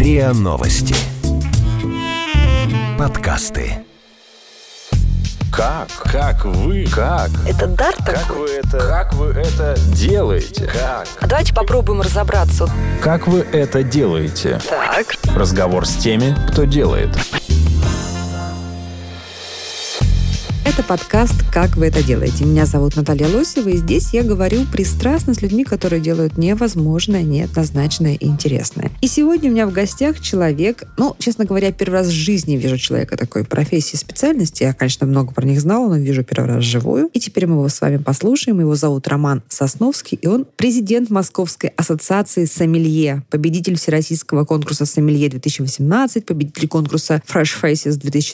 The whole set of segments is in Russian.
РИА Новости. Подкасты. Как вы? Это дар такой? Как вы это делаете? А давайте попробуем разобраться. Как вы это делаете? Так. Разговор с теми, кто делает. Это подкаст «Как вы это делаете?». Меня зовут Наталья Лосева, и здесь я говорю пристрастно с людьми, которые делают невозможное, неоднозначное и интересное. И сегодня у меня в гостях человек, честно говоря, первый раз в жизни вижу человека такой профессии, специальности. Я, конечно, много про них знала, но вижу первый раз вживую. И теперь мы его с вами послушаем. Его зовут Роман Сосновский, и он президент Московской ассоциации сомелье, победитель Всероссийского конкурса сомелье 2018, победитель конкурса Fresh Faces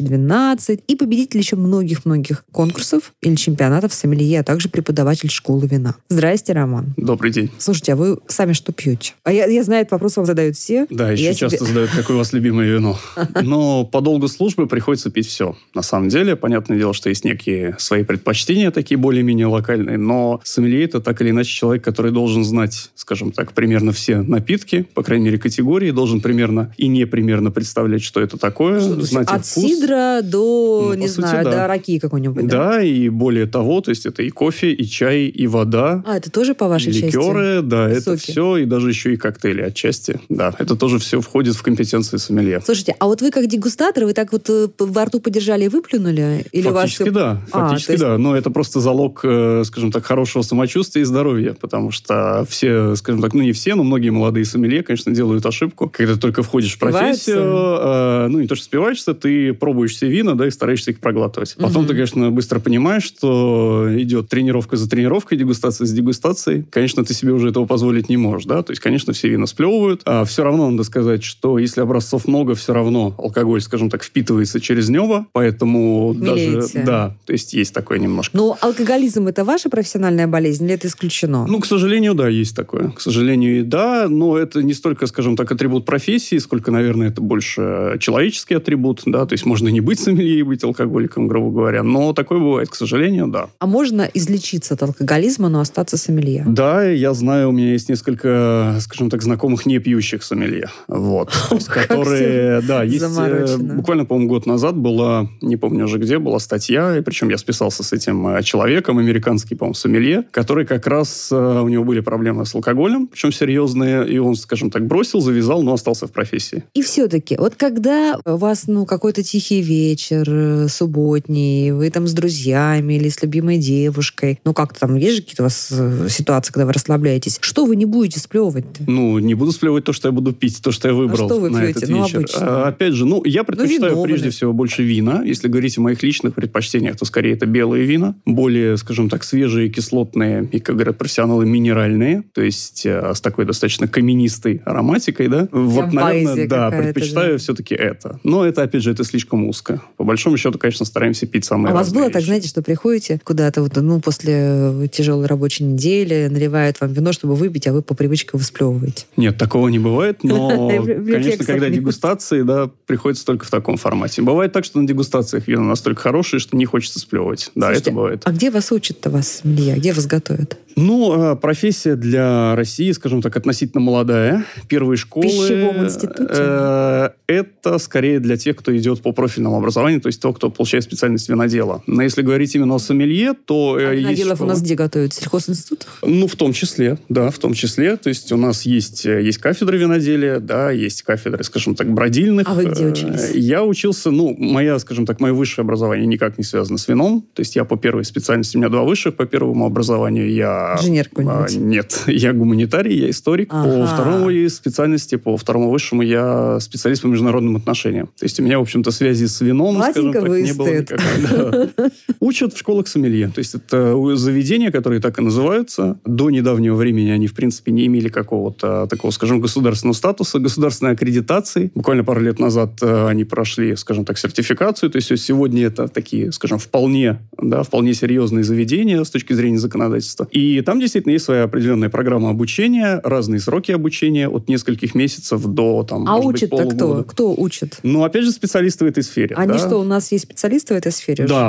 2012 и победитель еще многих-многих конкурсов или чемпионатов сомелье, а также преподаватель школы вина. Здрасте, Роман. Добрый день. Слушайте, а вы сами что пьете? А я знаю, этот вопрос вам задают все. Да, еще часто задают, какое у вас любимое вино. Но по долгу службы приходится пить все. На самом деле, понятное дело, что есть некие свои предпочтения, такие более-менее локальные, но сомелье — это так или иначе человек, который должен знать, скажем так, примерно все напитки, по крайней мере, категории, должен примерно и непримерно представлять, что это такое, знать от вкус. сидра до, да. до раки какой-нибудь. Да, и более того, то есть это и кофе, и чай, и вода. А, это тоже по вашей части? Ликеры, да, Соки. это все, и даже еще и коктейли отчасти. Да, это тоже все входит в компетенции сомелье. Слушайте, а вот вы как дегустатор, вы так вот во рту подержали и выплюнули? Или Фактически, да. Да. Но это просто залог, скажем так, хорошего самочувствия и здоровья, потому что все, скажем так, не все, но многие молодые сомелье, конечно, делают ошибку. Когда ты только входишь в профессию, не то что спиваешься, ты пробуешь все вина, да, и стараешься их проглатывать. Потом ты, конечно, быстро понимаешь, что идет тренировка за тренировкой, дегустация за дегустацией. Конечно, ты себе уже этого позволить не можешь, да. То есть, конечно, все вина сплевывают. А все равно надо сказать, что если образцов много, все равно алкоголь, скажем так, впитывается через небо. Поэтому Милейте. Да, то есть такое немножко. Но алкоголизм — это ваша профессиональная болезнь или это исключено? К сожалению, да, есть такое. К сожалению, да, но это не столько, скажем так, атрибут профессии, сколько, наверное, это больше человеческий атрибут, да. То есть можно не быть сомелье и быть алкоголиком, грубо говоря, но такое бывает, к сожалению, да. А можно излечиться от алкоголизма, но остаться сомелье? Да, я знаю, у меня есть несколько, скажем так, знакомых не пьющих сомелье. Вот. Которые, да, есть... Буквально, по-моему, год назад была, не помню уже где, была статья, и причем я списался с этим человеком, американский, по-моему, сомелье, который как раз, у него были проблемы с алкоголем, причем серьезные, и он, скажем так, бросил, завязал, но остался в профессии. И все-таки, вот когда у вас, какой-то тихий вечер, субботний, вы там с друзьями или с любимой девушкой, как-то там, есть же какие-то у вас ситуации, когда вы расслабляетесь, что вы не будете сплевывать-то? Не буду сплевывать то, что я буду пить, то, что я выбрал что вы на пьете? этот вечер. Обычно. Опять же, я предпочитаю прежде всего больше вина. Если говорить о моих личных предпочтениях, то скорее это белые вина, более, скажем так, свежие, кислотные и, как говорят профессионалы, минеральные, то есть с такой достаточно каменистой ароматикой, да. Вот, наверное, да, предпочитаю все-таки это. Но это, опять же, это слишком узко. По большому счету, конечно, стараемся пить самые разные вещи. А у вас было так, вещи. знаете, что приходите куда-то после тяжелой рабочей недели, наливают вам вино, чтобы выпить, а вы по привычке всплевываете? Нет, такого не бывает, но, конечно, когда дегустации, да, приходится только в таком формате. Бывает так, что на дегустациях вина настолько хорошие, что не хочется сплевывать. Да, слушайте, это бывает. А где вас учат-то вас сомелье? Где вас готовят? Профессия для России, скажем так, относительно молодая. Первые школы... В пищевом институте? Это скорее для тех, кто идет по профильному образованию, то есть того, кто получает специальность винодела. Но если говорить именно о сомелье, то... виноделов у нас где готовят? В сельхозинститутах? В том числе, да, в том числе. То есть у нас есть кафедры виноделия, да, есть кафедры, скажем так, бродильных. А вы где учились? Я учился, мое высшее образование никак не связано с вином. То есть я по первой специальности, у меня 2 высших, по первому образованию я... Инженер какой-нибудь? Нет, я гуманитарий, я историк. По второй специальности, по второму высшему я специалист по международным отношениям. То есть у меня, в общем-то, связи с вином, скажем так, не было никакой. Да. Учат в школах сомелье. То есть это заведения, которые так и называются. До недавнего времени они, в принципе, не имели какого-то такого, скажем, государственного статуса, государственной аккредитации. Буквально пару лет назад они прошли, скажем так, сертификацию. То есть сегодня это такие, скажем, вполне серьезные заведения с точки зрения законодательства. И там действительно есть своя определенная программа обучения, разные сроки обучения от нескольких месяцев до учат-то кто? Кто учит? Опять же, специалисты в этой сфере. Они что, у нас есть специалисты в этой сфере? Да,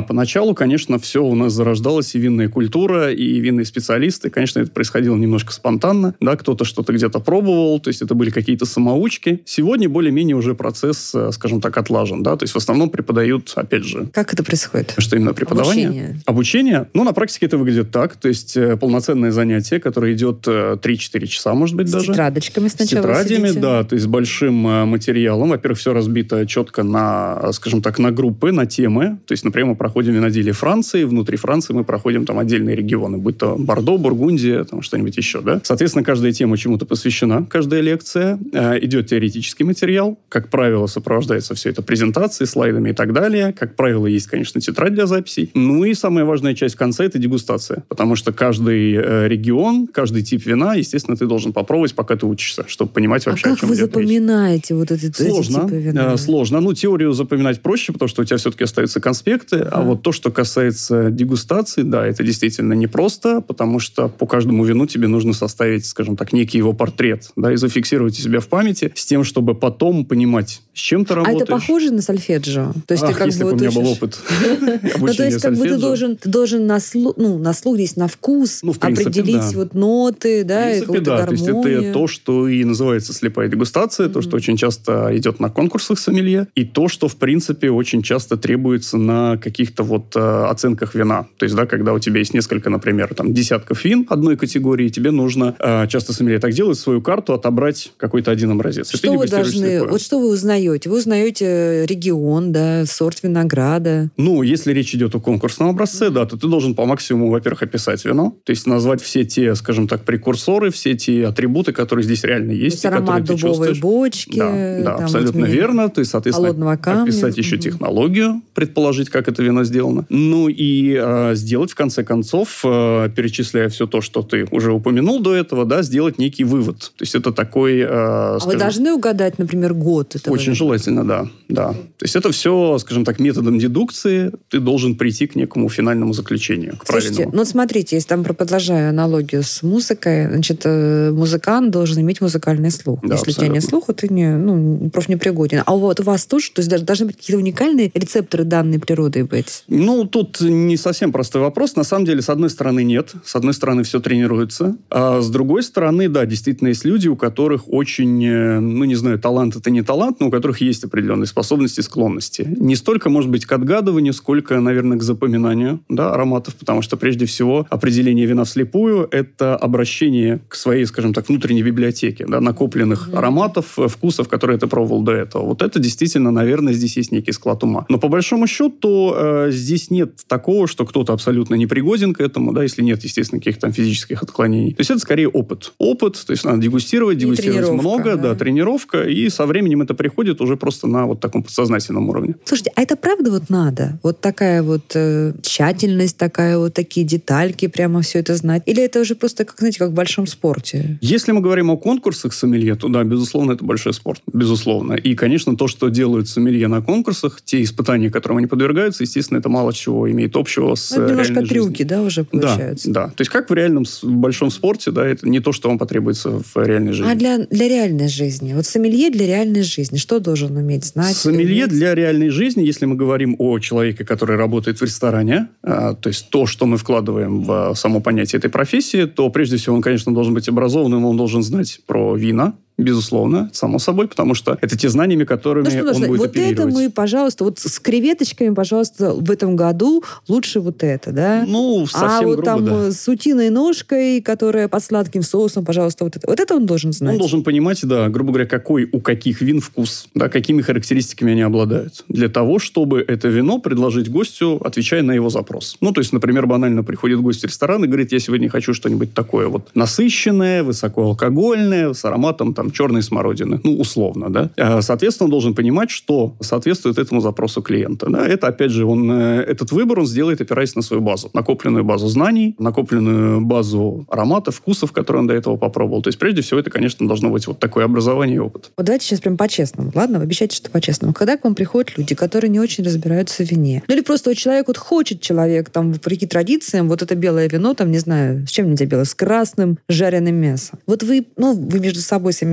поначалу, конечно, все у нас зарождалось, и винная культура, и винные специалисты. Конечно, это происходило немножко спонтанно. Да, кто-то что-то где-то пробовал, то есть это были какие-то самоучки. Сегодня более-менее уже процесс, скажем так, отлажен. Да? То есть в основном преподают, опять же... Как это происходит? Что именно преподавание? Обучение? Ну, на практике это выглядит так. То есть полноценное занятие, которое идет 3-4 часа, может быть, даже. С тетрадочками сначала. С тетрадями, сидите. да. То есть с большим материалом. Во-первых, все разбито четко на, скажем так, на группы, на темы. То есть, например, мы проходим виноделие Франции. Внутри Франции мы проходим там отдельные регионы, будь то Бордо, Бургундия, там что-нибудь еще, да. Соответственно, каждая тема чему-то посвящена, каждая лекция. Идет теоретический материал. Как правило, сопровождается все это презентацией, слайдами и так далее. Как правило, есть, конечно, тетрадь для записей. Ну и самая важная часть в конце – это дегустация. Потому что каждый регион, каждый тип вина, естественно, ты должен попробовать, пока ты учишься, чтобы понимать вообще, о чем идет речь. А как вы запоминаете вот эти типы вина? Сложно. Ну, теорию запоминать проще, потому что у тебя все-таки остаются конспекты. А вот то, что касается дегустации, да, это действительно непросто, потому что по каждому вину тебе нужно составить, скажем так, некий его портрет, да, и зафиксировать себя в памяти с тем, чтобы потом понимать, с чем ты работаешь. А это похоже на сольфеджио? То есть ты как если бы у меня был опыт ну, то есть, как бы ты должен на слух, здесь на вкус определить вот ноты, да, и какую-то гармонию. То есть это то, что и называется слепая дегустация, то, что очень часто идет на конкурсах сомелье, и то, что, в принципе, очень часто требуется на каких-то вот оценках вина. То есть, да, когда у тебя есть несколько, например, там, десятков вин одной категории, тебе нужно, часто сомелье так делает, свою карту отобрать какой-то один образец. Что вы должны, вот что вы узнаете? Вы узнаете регион, да, сорт винограда. Ну, если речь идет о конкурсном образце, да, то ты должен по максимуму, во-первых, описать вино, то есть назвать все те, скажем так, прекурсоры, все те атрибуты, которые здесь реально есть. То есть аромат дубовой бочки. Да, абсолютно верно. То есть, соответственно, описать еще технологию, предположить, как это вино сделано. Ну и сделать, в конце концов, перечисляя все то, что ты уже упомянул до этого, да, сделать некий вывод. То есть это такой... вы должны угадать, например, год этого? Очень желательно, да. То есть это все, скажем так, методом дедукции. Ты должен прийти к некому финальному заключению, к правильному. Слушайте, ну смотрите, если там продолжаю аналогию с музыкой, значит, музыкант должен иметь музыкальный слух. Да, если у тебя нет слуха, ты профнепригоден. А вот у вас тоже, то есть должны быть какие-то уникальные рецепторы данной природой быть? Ну, тут не совсем простой вопрос. На самом деле, с одной стороны, нет. С одной стороны, все тренируется. А с другой стороны, да, действительно есть люди, у которых очень, не знаю, талант это не талант, но у которых есть определенные способности, склонности. Не столько, может быть, к отгадыванию, сколько, наверное, к запоминанию, да, ароматов, потому что, прежде всего, определение вина вслепую – это обращение к своей, скажем так, внутренней библиотеке, да, накопленных ароматов, вкусов, которые ты пробовал до этого. Вот это действительно, наверное, здесь есть некий склад ума. Но по большому счету здесь нет такого, что кто-то абсолютно непригоден к этому, да, если нет, естественно, каких-то там физических отклонений. То есть это скорее опыт. Опыт, то есть надо дегустировать много, да, тренировка, и со временем это приходит уже просто на вот таком подсознательном уровне. Слушайте, а это правда вот надо? Вот такая вот тщательность, такая вот такие детальки, прямо все это знать? Или это уже просто, как, знаете, как в большом спорте? Если мы говорим о конкурсах сомелье, то да, безусловно, это большой спорт. Безусловно. И, конечно, то, что делают сомелье на конкурсах, те испытания, которым они подвергаются, естественно, это мало чего имеет общего с реальной жизнью. Немножко трюки, да, уже получаются? Да. То есть как в реальном большом спорте, да, это не то, что вам потребуется в реальной жизни. А для реальной жизни? Вот сомелье для реальной жизни, что должен уметь знать? Сомелье для реальной жизни, если мы говорим о человеке, который работает в ресторане, то есть то, что мы вкладываем в само понятие этой профессии, то прежде всего он, конечно, должен быть образованным, он должен знать про вина, безусловно, само собой, потому что это те знаниями, которыми он будет вот оперировать. Вот это мы, пожалуйста, вот с креветочками, пожалуйста, в этом году лучше вот это, да? Ну, совсем а вот грубо, там да. с утиной ножкой, которая под сладким соусом, пожалуйста, вот это. Вот это он должен знать? Он должен понимать, да, грубо говоря, какой у каких вин вкус, да, какими характеристиками они обладают. Для того, чтобы это вино предложить гостю, отвечая на его запрос. Ну, то есть, например, банально приходит гость в ресторан и говорит, я сегодня хочу что-нибудь такое вот насыщенное, высокоалкогольное, с ароматом там черной смородины. Ну, условно, да. Соответственно, он должен понимать, что соответствует этому запросу клиента. Да. Это, опять же, этот выбор он сделает, опираясь на свою базу. Накопленную базу знаний, накопленную базу ароматов, вкусов, которые он до этого попробовал. То есть, прежде всего, это, конечно, должно быть вот такое образование и опыт. Вот давайте сейчас прям по-честному. Ладно, вы обещаете, что по-честному. Когда к вам приходят люди, которые не очень разбираются в вине, ну или просто вот человек, вот хочет человек, там, вопреки традициям, вот это белое вино, там, не знаю, с чем нельзя белое, с красным жареным мясом. Вот вы между собой сами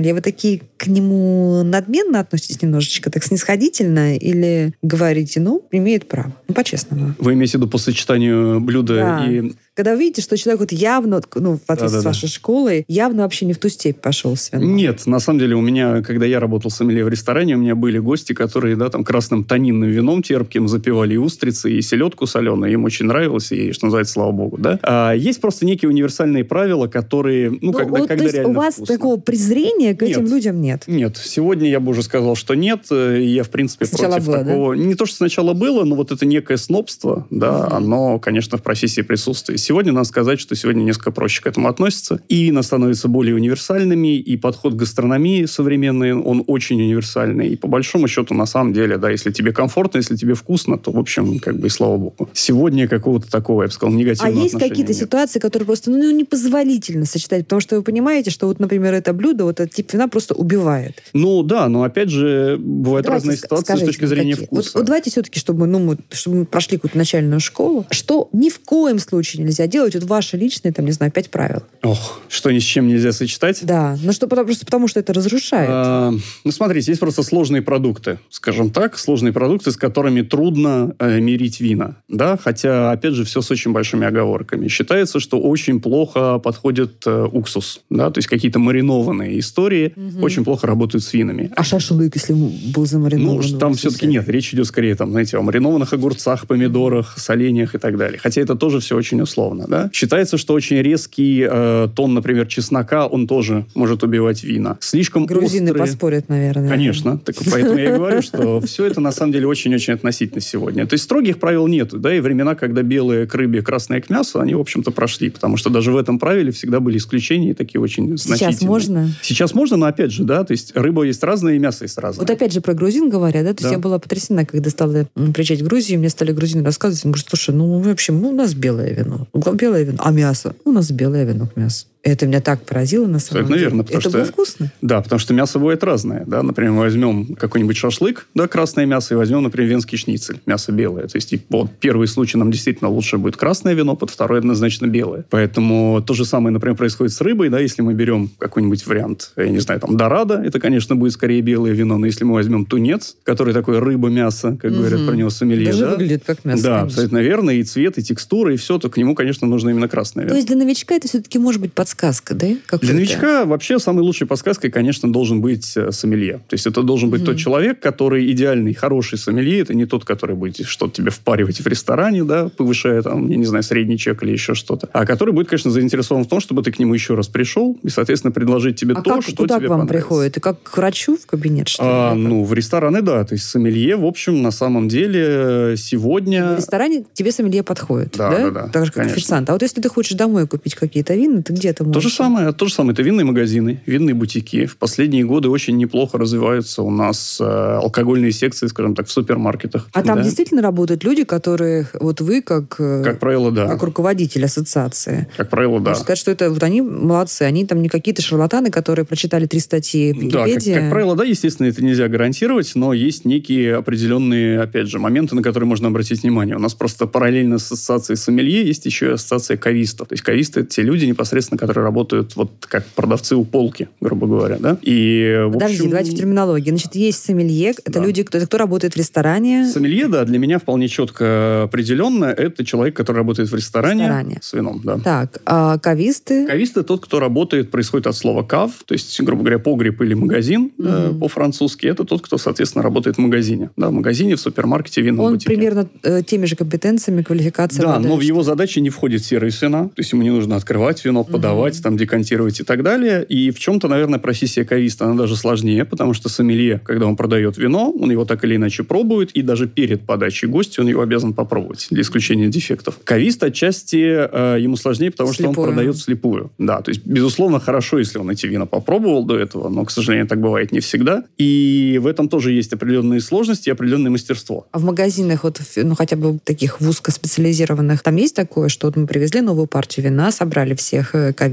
сомелье, вы такие к нему надменно относитесь немножечко, так снисходительно, или говорите, имеет право? По-честному. Вы имеете в виду по сочетанию блюда и... Когда вы видите, что человек вот явно, в соответствии с вашей школой, явно вообще не в ту степь пошел с вином. Нет, на самом деле у меня, когда я работал сомелье в ресторане, у меня были гости, которые, красным танинным вином терпким запивали и устрицы, и селедку соленую. Им очень нравилось, и, что называется, слава богу, да. А есть просто некие универсальные правила, которые, когда то есть реально у вас вкусно. такого презрения к этим людям нет? Нет. Сегодня я бы уже сказал, что нет. Я, в принципе, сначала против было, такого... Да? Не то, что сначала было, но вот это некое снобство, да, оно, конечно, в профессии присутствует. Сегодня, надо сказать, что сегодня несколько проще к этому относится. И вина становятся более универсальными, и подход к гастрономии современный, он очень универсальный. И по большому счету, на самом деле, да, если тебе комфортно, если тебе вкусно, то, в общем, и слава богу. Сегодня какого-то такого, я бы сказал, негативного отношения. А есть какие-то ситуации, которые просто, непозволительно сочетать? Потому что вы понимаете, что вот, например, это блюдо, вот этот тип вина просто убивает. Да, но опять же, бывают разные ситуации с точки зрения вкуса. Вот давайте все-таки, чтобы мы прошли какую-то начальную школу, что ни в коем случае нельзя делать, вот ваши личные, 5 правил. Что ни с чем нельзя сочетать? Да, просто потому, что это разрушает. Смотрите, есть просто сложные продукты, скажем так, с которыми трудно мирить вина, да, хотя, опять же, все с очень большими оговорками. Считается, что очень плохо подходит уксус, да, то есть какие-то маринованные истории очень плохо работают с винами. А шашлык, если был замаринован? Там все-таки нет, речь идет скорее, о маринованных огурцах, помидорах, соленьях и так далее. Хотя это тоже все очень условно, да. Считается, что очень резкий тон, например, чеснока, он тоже может убивать вина. Слишком грузины острые... поспорят, наверное. Конечно. Поэтому я и говорю, что все это на самом деле очень-очень относительно сегодня. То есть строгих правил нету, да, и времена, когда белые к рыбе, красные к мясу, они, в общем-то, прошли, потому что даже в этом правиле всегда были исключения, и такие очень значительные. Сейчас можно? Сейчас можно, но опять же, да, то есть рыба есть разная, и мясо есть разное. Вот опять же про грузин говоря, да, то есть я была потрясена, когда стала приезжать в Грузию, мне стали грузины рассказывать, я говорю, слушай, вообще, у нас белое вино, а мясо? У нас белое вино к мясу. Это меня так поразило, на самом деле. Наверное, это было вкусно? Да, потому что мясо бывает разное. Да? Например, мы возьмем какой-нибудь шашлык, да, красное мясо, и возьмем, например, венский шницель, мясо белое. То есть под первый случай нам действительно лучше будет красное вино, под второй однозначно белое. Поэтому то же самое, например, происходит с рыбой. Да? Если мы берем какой-нибудь вариант, я не знаю, дорадо, это, конечно, будет скорее белое вино. Но если мы возьмем тунец, который такой рыба-мясо, как говорят про него сомелье. Даже выглядит как мясо. Да, конечно. абсолютно верно. И цвет, и текстура, и все, то к нему, конечно, нужно именно красное вино. То есть для новичка это все-таки может быть подсказка, да? Для новичка вообще самой лучшей подсказкой, конечно, должен быть сомелье. То есть это должен быть тот человек, который идеальный, хороший сомелье. Это не тот, который будет что-то тебе впаривать в ресторане, да, повышая, я не знаю, средний чек или еще что-то. А который будет, конечно, заинтересован в том, чтобы ты к нему еще раз пришел и, соответственно, предложить тебе что тебе куда к вам понравится. Приходит? И как к врачу в кабинет, что ли? В рестораны, да. То есть сомелье, в общем, на самом деле сегодня... В ресторане тебе сомелье подходит, да? Да. Так же, как официант. А вот если ты хочешь домой купить какие-то вина, ты где это можешь? То же самое. Это винные магазины, винные бутики. В последние годы очень неплохо развиваются у нас алкогольные секции, скажем так, в супермаркетах. А там действительно работают люди, которые, вот вы, как правило, да. Как руководитель ассоциации. Как правило, да. Можно сказать, что это они молодцы. Они там не какие-то шарлатаны, которые прочитали 3 статьи в Википедии. Да, как правило, да, естественно, это нельзя гарантировать, но есть некие определенные, опять же, моменты, на которые можно обратить внимание. У нас просто параллельно с ассоциацией сомелье есть еще и ассоциация кавистов. То есть кависты — это те люди непосредственно, которые работают вот как продавцы у полки, грубо говоря, да? И, Подожди, давайте в терминологии. Значит, есть сомелье, это люди, кто работает в ресторане. Сомелье, да, для меня вполне четко определенно, это человек, который работает в ресторане. С вином, да. Так, а кависты? Кависты — тот, кто работает, происходит от слова кав, то есть, грубо говоря, погреб или магазин по-французски. Это тот, кто, соответственно, работает в магазине. Да, в магазине, в супермаркете, винном бутике. Он примерно теми же компетенциями, квалификацией. Да, но в его задачи не входит сервис вина. То есть ему не нужно открывать вино, подавать, декантировать и так далее. И в чем-то, наверное, профессия кависта, она даже сложнее, потому что сомелье, когда он продает вино, он его так или иначе пробует, и даже перед подачей гостю он его обязан попробовать, для исключения дефектов. Кавист отчасти ему сложнее, потому что он продает вслепую. Да, то есть, безусловно, хорошо, если он эти вина попробовал до этого, но, к сожалению, так бывает не всегда. И в этом тоже есть определенные сложности и определенное мастерство. А в магазинах, хотя бы таких в узкоспециализированных, там есть такое, что мы привезли новую партию вина, собрали всех кавистов,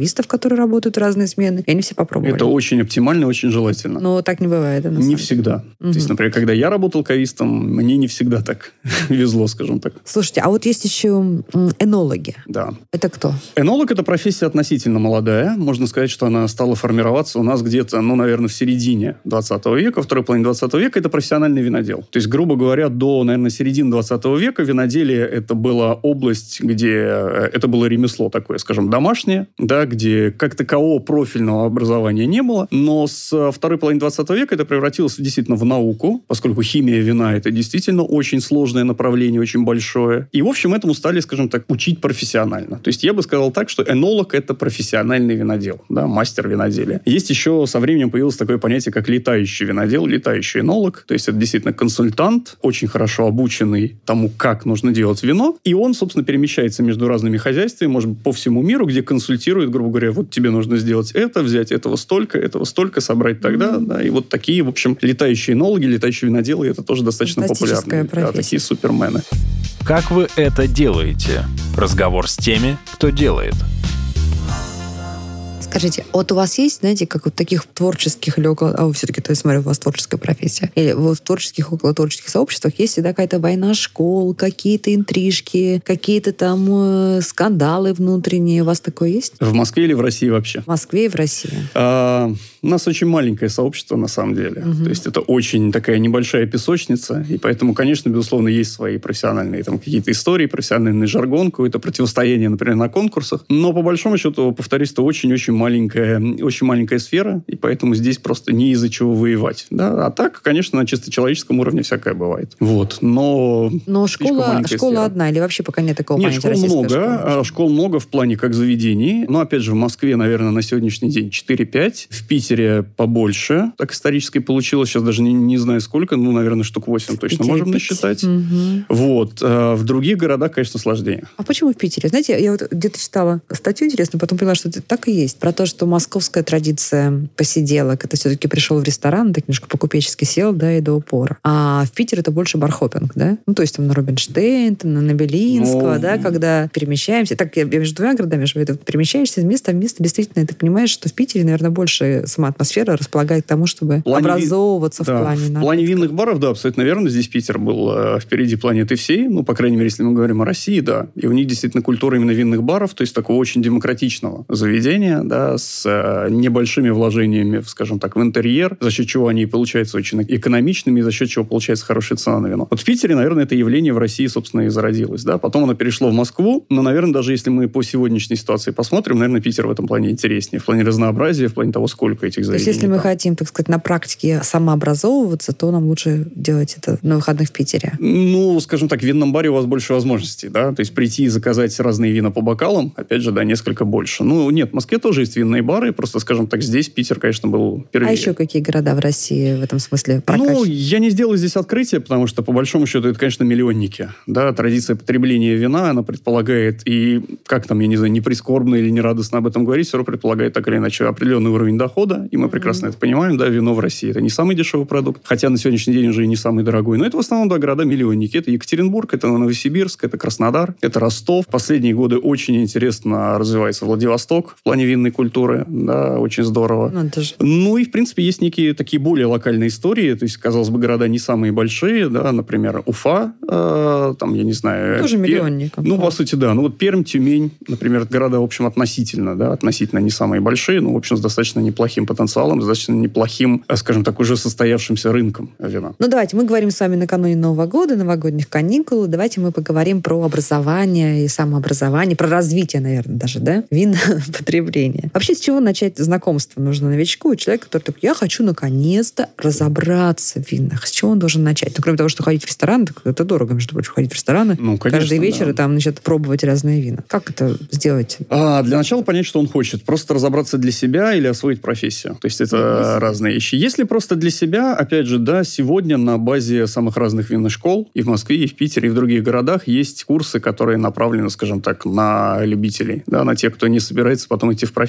кавистов, которые работают в разные смены, и они все попробовали. Это очень оптимально, очень желательно. Но так не бывает, да? Не всегда. То есть, например, когда я работал кавистом, мне не всегда так везло, скажем так. Слушайте, а вот есть еще энологи. Да. Это кто? Энолог – это профессия относительно молодая. Можно сказать, что она стала формироваться у нас где-то, наверное, в середине 20 века, второй половине 20 века. Это профессиональный винодел. То есть, грубо говоря, до, наверное, середины 20 века виноделие – это была область, где это было ремесло такое, скажем, домашнее, да, где как такового профильного образования не было. Но с второй половины 20 века это превратилось действительно в науку, поскольку химия вина – это действительно очень сложное направление, очень большое. И, в общем, этому стали, скажем так, учить профессионально. То есть я бы сказал так, что энолог – это профессиональный винодел, да, мастер виноделия. Есть еще со временем появилось такое понятие, как летающий винодел, летающий энолог. То есть это действительно консультант, очень хорошо обученный тому, как нужно делать вино. И он, собственно, перемещается между разными хозяйствами, может быть, по всему миру, где консультирует, грубо говоря, вот тебе нужно сделать это, взять этого столько, собрать тогда. Да, и вот такие, в общем, летающие энологи, летающие виноделы, это тоже достаточно популярные. Да, такие супермены. Как вы это делаете? Разговор с теми, кто делает. Скажите, вот у вас есть, знаете, как вот таких творческих или около... А все-таки, то есть, смотрю, у вас творческая профессия. Или вот в творческих, около творческих сообществах есть всегда какая-то война школ, какие-то интрижки, какие-то там скандалы внутренние. У вас такое есть? В Москве или в России вообще? В Москве и в России. У нас очень маленькое сообщество, на самом деле. То есть это очень такая небольшая песочница. И поэтому, конечно, безусловно, есть свои профессиональные там какие-то истории, профессиональный жаргон, какое-то противостояние, например, на конкурсах. Но, по большому счету, повторюсь, это очень маленькая сфера, и поэтому здесь просто не из-за чего воевать. Да? А так, конечно, на чисто человеческом уровне всякое бывает. Вот. Но школа одна или вообще пока нет такого понятия? Нет, школ много. Школ много в плане как заведений. Но, опять же, в Москве, наверное, на сегодняшний день 4-5. В Питере побольше. Так исторически получилось. Сейчас даже не знаю сколько. Наверное, штук 8 точно можем насчитать. Вот. В других городах, конечно, сложнее. А почему в Питере? Знаете, я вот где-то читала статью интересную, потом поняла, что это так и есть. Про то, что московская традиция посиделок, это все-таки пришел в ресторан, так немножко по-купечески сел, да, и до упора. А в Питере это больше бархопинг, да? То есть там на Рубинштейн, там на Белинского, да, когда перемещаемся. Так, я между двумя городами живу, ты перемещаешься из места в место, действительно, ты понимаешь, что в Питере, наверное, больше сама атмосфера располагает к тому, чтобы образовываться в плане... В плане винных баров, да, абсолютно верно. Здесь Питер был впереди планеты всей, по крайней мере, если мы говорим о России, да. И у них действительно культура именно винных баров, то есть такого очень демократичного заведения, да, с небольшими вложениями, скажем так, в интерьер, за счет чего они получаются очень экономичными, и за счет чего получается хорошая цена на вино. Вот в Питере, наверное, это явление в России, собственно, и зародилось. Да? Потом оно перешло в Москву, но, наверное, даже если мы по сегодняшней ситуации посмотрим, наверное, Питер в этом плане интереснее, в плане разнообразия, в плане того, сколько этих заведений. То есть, если мы хотим, так сказать, на практике самообразовываться, то нам лучше делать это на выходных в Питере? Скажем так, в винном баре у вас больше возможностей, да, то есть прийти и заказать разные вина по бокалам, опять же, да, несколько больше. Нет, в Москве тоже есть винные бары, просто, скажем так, здесь Питер, конечно, был первее. А еще какие города в России в этом смысле я не сделал здесь открытие, потому что, по большому счету, это, конечно, миллионники. Да, традиция потребления вина, она предполагает, и как там, я не знаю, не прискорбно или не радостно об этом говорить, все равно предполагает так или иначе определенный уровень дохода, и мы прекрасно это понимаем, да, вино в России это не самый дешевый продукт, хотя на сегодняшний день уже и не самый дорогой, но это в основном, да, города-миллионники. Это Екатеринбург, это Новосибирск, это Краснодар, это Ростов. В последние годы очень интересно развивается Владивосток в плане винной культуры, да, очень здорово. И, в принципе, есть некие такие более локальные истории, то есть, казалось бы, города не самые большие, да, например, Уфа, там, я не знаю... Тоже миллионник. По сути, да. Пермь, Тюмень, например, города, в общем, относительно не самые большие, но, в общем, с достаточно неплохим потенциалом, достаточно неплохим, скажем так, уже состоявшимся рынком вина. Давайте, мы говорим с вами накануне Нового года, новогодних каникул, давайте мы поговорим про образование и самообразование, про развитие, наверное, даже, да, винопотребления. Вообще, с чего начать знакомство нужно новичку? Человек, который такой, я хочу наконец-то разобраться в винах. С чего он должен начать? Кроме того, что ходить в ресторан, так это дорого, между прочим, ходить в рестораны. Конечно, каждый вечер и там, пробовать разные вина. Как это сделать? Для начала понять, что он хочет. Просто разобраться для себя или освоить профессию. То есть это разные вещи. Если просто для себя, опять же, да, сегодня на базе самых разных винных школ и в Москве, и в Питере, и в других городах есть курсы, которые направлены, скажем так, на любителей, да, на тех, кто не собирается потом идти в профессию.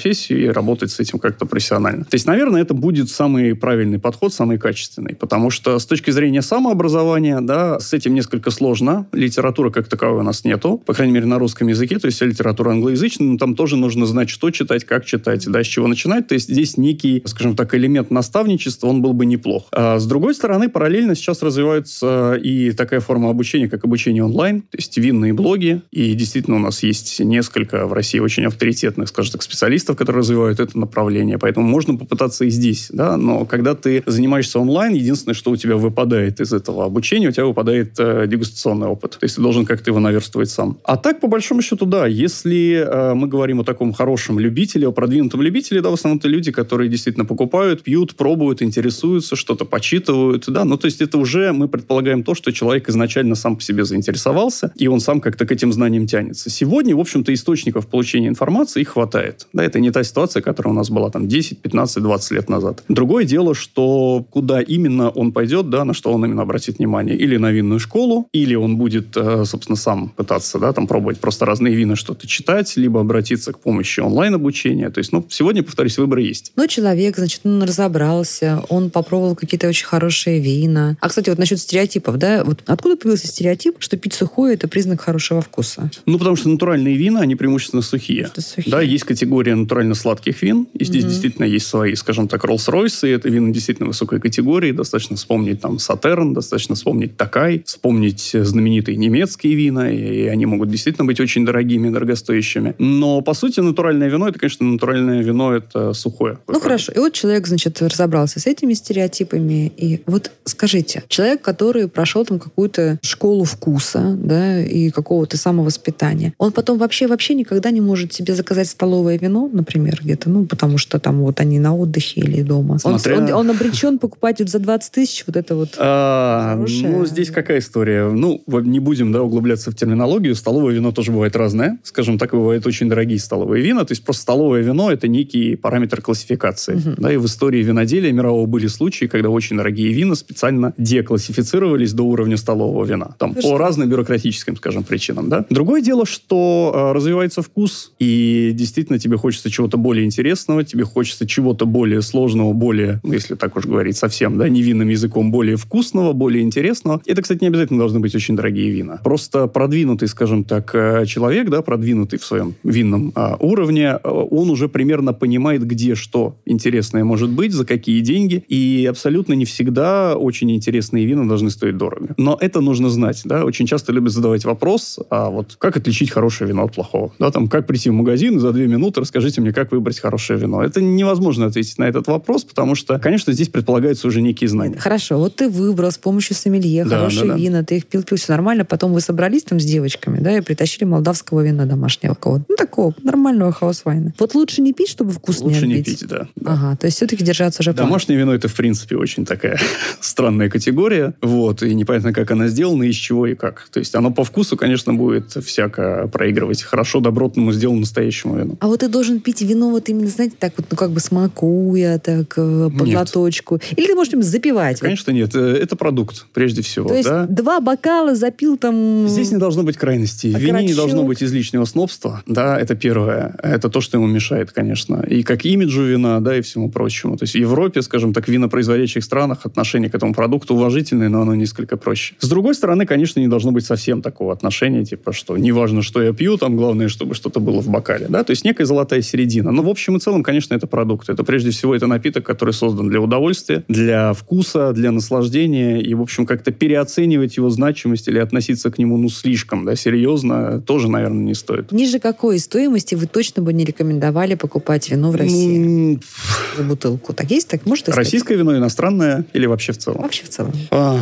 профессию и работать с этим как-то профессионально. То есть, наверное, это будет самый правильный подход, самый качественный, потому что с точки зрения самообразования, да, с этим несколько сложно. Литературы как таковой у нас нету, по крайней мере, на русском языке, то есть вся литература англоязычная, но там тоже нужно знать, что читать, как читать, да, с чего начинать. То есть здесь некий, скажем так, элемент наставничества, он был бы неплох. А с другой стороны, параллельно сейчас развивается и такая форма обучения, как обучение онлайн, то есть винные блоги, и действительно у нас есть несколько в России очень авторитетных, скажем так, специалистов, которые развивают это направление, поэтому можно попытаться и здесь, да, но когда ты занимаешься онлайн, единственное, что у тебя выпадает из этого обучения, у тебя выпадает дегустационный опыт, то есть ты должен как-то его наверстывать сам. А так, по большому счету, да, если мы говорим о таком хорошем любителе, о продвинутом любителе, да, в основном это люди, которые действительно покупают, пьют, пробуют, интересуются, что-то почитывают, да, ну, то есть это уже мы предполагаем то, что человек изначально сам по себе заинтересовался, и он сам как-то к этим знаниям тянется. Сегодня, в общем-то, источников получения информации их хватает, да, это не та ситуация, которая у нас была там 10, 15, 20 лет назад. Другое дело, что куда именно он пойдет, да, на что он именно обратит внимание, или на винную школу, или он будет, собственно, сам пытаться, да, там пробовать просто разные вина, что-то читать, либо обратиться к помощи онлайн-обучения. То есть, ну, сегодня, повторюсь, выбор есть. Ну, человек, значит, он разобрался, он попробовал какие-то очень хорошие вина. А, кстати, вот насчет стереотипов, да, вот откуда появился стереотип, что пить сухое – это признак хорошего вкуса? Ну, потому что натуральные вина, они преимущественно сухие. Да, есть категория натурально-сладких вин, и здесь действительно есть свои, скажем так, Роллс-Ройсы, это вина действительно высокой категории, достаточно вспомнить там Сатерн, достаточно вспомнить Такай, вспомнить знаменитые немецкие вина, и они могут действительно быть очень дорогими, дорогостоящими. Но, по сути, натуральное вино, это, конечно, натуральное вино, это сухое. Ну, хорошо. И вот человек, значит, разобрался с этими стереотипами. И вот скажите, человек, который прошел там какую-то школу вкуса, да, и какого-то самовоспитания, он потом вообще никогда не может себе заказать столовое вино, например, где-то, ну, потому что там вот они на отдыхе или дома. Он обречен покупать вот за 20 тысяч вот это вот хорошее. Ну, здесь какая история? Ну, не будем, да, углубляться в терминологию. Столовое вино тоже бывает разное. Скажем так, бывают очень дорогие столовые вина. То есть просто столовое вино – это некий параметр классификации. Да, и в истории виноделия мирового были случаи, когда очень дорогие вина специально деклассифицировались до уровня столового вина. Там, по разным бюрократическим, скажем, причинам. Да? Другое дело, что развивается вкус, и действительно тебе хочется чего-то более интересного, тебе хочется чего-то более сложного, более, ну, если так уж говорить совсем, да, невинным языком, более вкусного, более интересного. Это, кстати, не обязательно должны быть очень дорогие вина. Просто продвинутый, скажем так, человек, да, продвинутый в своем винном уровне, он уже примерно понимает, где что интересное может быть, за какие деньги, и абсолютно не всегда очень интересные вина должны стоить дорого. Но это нужно знать, да, очень часто любят задавать вопрос, а вот как отличить хорошее вино от плохого? Да, там, как прийти в магазин и за 2 минуты расскажите мне, как выбрать хорошее вино. Это невозможно ответить на этот вопрос, потому что, конечно, здесь предполагаются уже некие знания. Хорошо, вот ты выбрал с помощью сомелье хорошие вина, ты их пил, все нормально, потом вы собрались там с девочками, да, и притащили молдавского вина домашнего какого-то, ну, такого нормального хаусвайна. Вот лучше не пить, чтобы вкус не отбить? Лучше не пить, да. Ага, то есть все-таки держаться уже домашнее вино — это, в принципе, очень такая странная категория, вот, и непонятно, как она сделана, из чего и как. То есть оно по вкусу, конечно, будет всяко проигрывать хорошо, добротному, сделанному настоящему вину. А вот ты должен пить вино вот именно, знаете, так вот, ну, как бы смакуя, так, по глоточку. Или ты можешь им запивать? Конечно, нет. Это продукт, прежде всего. То есть 2 бокала запил там... Здесь не должно быть крайностей. В вине не должно быть излишнего снобства. Да, это первое. Это то, что ему мешает, конечно. И как имиджу вина, да, и всему прочему. То есть в Европе, скажем так, в винопроизводящих странах отношение к этому продукту уважительное, но оно несколько проще. С другой стороны, конечно, не должно быть совсем такого отношения, типа, что неважно, что я пью, там главное, чтобы что-то было в бокале. Да? То есть некая золотая середина. Но в общем и целом, конечно, это продукт. Это прежде всего это напиток, который создан для удовольствия, для вкуса, для наслаждения. И, в общем, как-то переоценивать его значимость или относиться к нему, ну, слишком, да, серьезно, тоже, наверное, не стоит. Ниже какой стоимости вы точно бы не рекомендовали покупать вино в России? За бутылку. Так есть? Так может? Российское вино, иностранное или вообще в целом? Вообще в целом.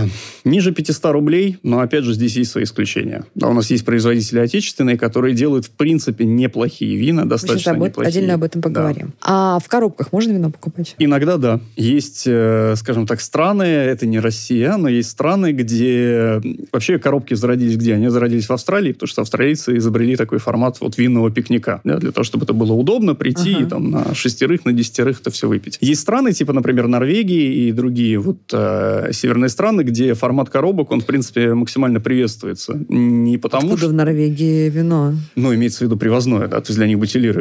Ниже 500 рублей, но, опять же, здесь есть свои исключения. Да, у нас есть производители отечественные, которые делают, в принципе, неплохие вина, достаточно неплохие. Отдельно об этом поговорим. Да. А в коробках можно вино покупать? Иногда, да. Есть, скажем так, страны, это не Россия, но есть страны, где вообще коробки зародились где? Они зародились в Австралии, потому что австралийцы изобрели такой формат вот винного пикника, да, для того, чтобы это было удобно прийти и там на 6, на 10 это все выпить. Есть страны, типа, например, Норвегии и другие вот северные страны, где формат коробок, он, в принципе, максимально приветствуется. Не потому Откуда в Норвегии вино? Ну, имеется в виду привозное, да, то есть для них бутилируют, естественно.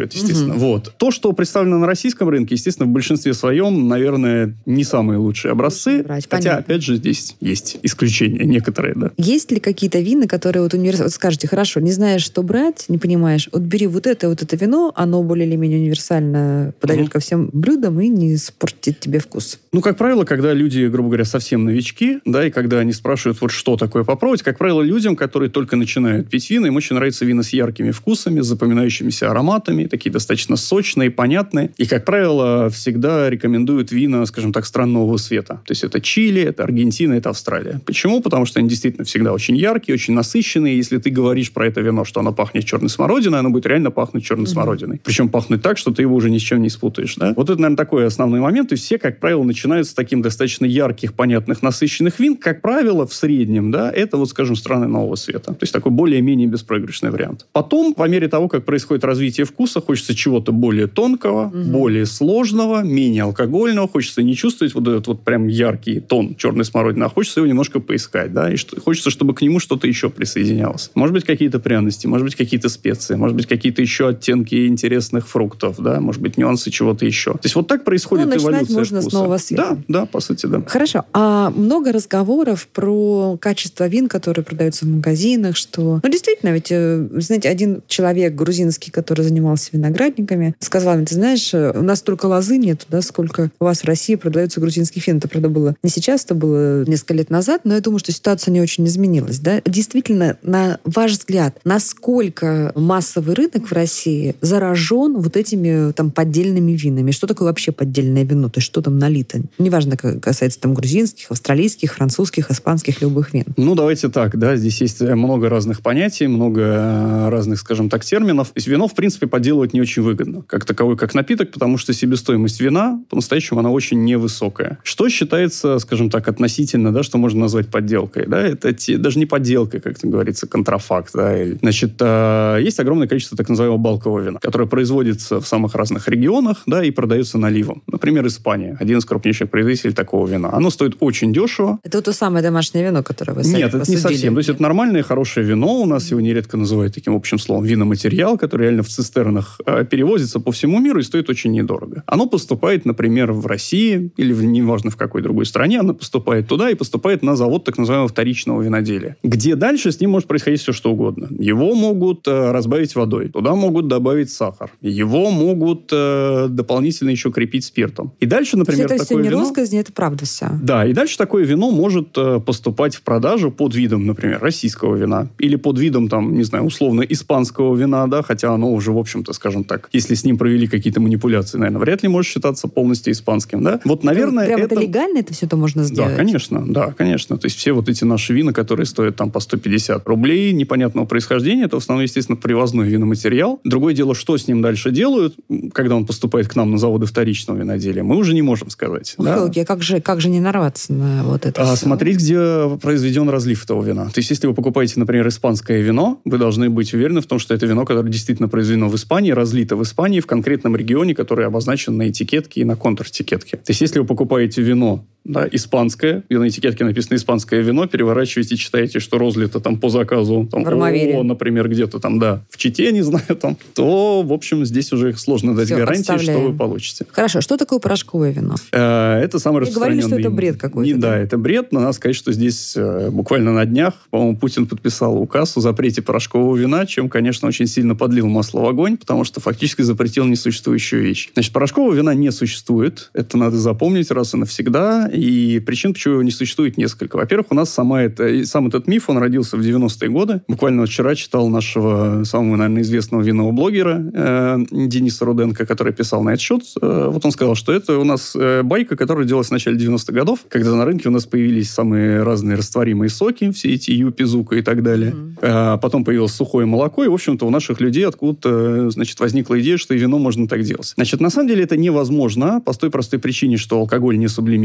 Конечно. Вот. То, что представлено на российском рынке, естественно, в большинстве своем, наверное, не самые лучшие образцы. Хотя, опять же, здесь есть исключения некоторые, да. Есть ли какие-то вина, которые вот универсальны? Вот скажете, хорошо, не знаешь, что брать, не понимаешь, вот бери вот это вино, оно более или менее универсально подойдет ко всем блюдам и не испортит тебе вкус. Ну, как правило, когда люди, грубо говоря, совсем новички, да, и когда они спрашивают, вот что такое попробовать, как правило, людям, которые только начинают пить вина, им очень нравятся вина с яркими вкусами, с запоминающимися ароматами, такие достаточно сочные, понятные. И, как правило, всегда рекомендуют вина, скажем так, стран нового света. То есть это Чили, это Аргентина, это Австралия. Почему? Потому что они действительно всегда очень яркие, очень насыщенные. Если ты говоришь про это вино, что оно пахнет черной смородиной, оно будет реально пахнуть черной смородиной. Причем пахнуть так, что ты его уже ни с чем не спутаешь. Да? Вот это, наверное, такой основной момент. И все, как правило, начинают с таким достаточно ярких, понятных, насыщенных вин. Как правило, в среднем, да, это вот, скажем, страны нового света. То есть такой более-менее беспроигрышный вариант. Потом, по мере того, как происходит развитие вкуса, хочется чего-то более тонкого, более сложного, менее алкогольного. Хочется не чувствовать вот этот вот прям яркий тон черной смородины, а хочется его немножко поискать, да, и хочется, чтобы к нему что-то еще присоединялось. Может быть, какие-то пряности, может быть, какие-то специи, может быть, какие-то еще оттенки интересных фруктов, да, может быть, нюансы чего-то еще. То есть вот так происходит эволюция начинать можно вкуса. С нового света. Да, по сути, да. Хорошо. А много разговоров про качество вин, которые продаются в магазинах, что... Ну, действительно, ведь, знаете, один человек грузинский, который занимался виноградниками, сказал мне, ты знаешь, у нас столько лозы нет, да, сколько у вас в России продаются грузинские вина. Это, правда, было не сейчас, это было несколько лет назад, но я думаю, что ситуация не очень изменилась, да. Действительно, на ваш взгляд, насколько массовый рынок в России заражен вот этими там поддельными винами? Что такое вообще поддельное вино? То есть что там налито? Неважно, касается там грузинских, австралийских, французских, испанских, любых вин. Ну, давайте так, да, здесь есть много разных понятий, много разных, скажем так, терминов. То есть вино, в принципе, подделывать не очень выгодно, как таковой, как напиток, потому что себестоимость вина, по-настоящему, она очень невысокая. Что считается, скажем так, относительно, да, что можно назвать подделкой, да, это даже не подделка, как это говорится, контрафакт, да. Значит, есть огромное количество так называемого балкового вина, которое производится в самых разных регионах, да, и продается наливом. Например, Испания, один из крупнейших производителей такого вина. Оно стоит очень дешево. Это то самое домашнее вино, которое вы сами Нет, это не совсем. То есть это нормальное, хорошее вино. У нас его нередко называют таким общим словом виноматериал, который реально в цистернах перевозится по всему миру и стоит очень недорого. Оно поступает, например, в России или неважно в какой другой стране, оно поступает туда и поступает на завод так называемого вторичного виноделия, где дальше с ним может происходить все, что угодно. Его могут разбавить водой, туда могут добавить сахар, его могут дополнительно еще крепить спиртом. И дальше, например, это такое все не вино... россказни, это правда все. Да, и дальше такое вино может поступать в продажу под видом, например, российского вина или под видом, там, не знаю, условно, испанского вина, да, хотя оно уже, в общем-то, скажем так, если с ним провели какие-то манипуляции, наверное, вряд ли может считаться полностью испанским, да. Вот, наверное, прямо это легально, это все это можно сделать? Да, конечно. То есть все вот эти наши вина, которые стоят там по 150 рублей непонятного происхождения, это в основном, естественно, привозной виноматериал. Другое дело, что с ним дальше делают, когда он поступает к нам на заводы вторичного виноделия, мы уже не можем сказать. Да? Как же не нарваться на вот это все? Смотреть, где произведен разлив этого вина. То есть, если вы покупаете, например, испанское вино, вы должны быть уверены в том, что это вино, которое действительно произведено в Испании, разлито в Испании, в конкретном регионе, который обозначен на этикетке и на контр-этикетке. То есть, если вы покупаете вино, да, испанское, и на этикетке написано «испанское вино», переворачиваете, читаете, что розлито там по заказу, там, например, где-то там, да, в Чите, не знаю, там, то, в общем, здесь уже сложно дать гарантии, что вы получите. Хорошо, что такое порошковое вино? Это самый распространенный... Говорили, что это бред какой-то. Да, это бред, но надо сказать, что здесь буквально на днях, по-моему, Путин подписал указ о запрете порошкового вина, чем, конечно, очень сильно подлил масло в огонь, потому что фактически запретил несуществующую вещь. Значит, порошкового вина не существует, это надо запомнить раз и навсегда. И причин, почему его не существует, несколько. Во-первых, у нас сам этот миф, он родился в 90-е годы. Буквально вчера читал нашего самого, наверное, известного винного блогера Дениса Руденко, который писал на этот счет. Вот он сказал, что это у нас байка, которая делалась в начале 90-х годов, когда на рынке у нас появились самые разные растворимые соки, все эти Юпи, Зука и так далее. Потом появилось сухое молоко, и, в общем-то, у наших людей откуда-то, значит, возникла идея, что и вино можно так делать. Значит, на самом деле это невозможно по той простой причине, что алкоголь не сублимируется.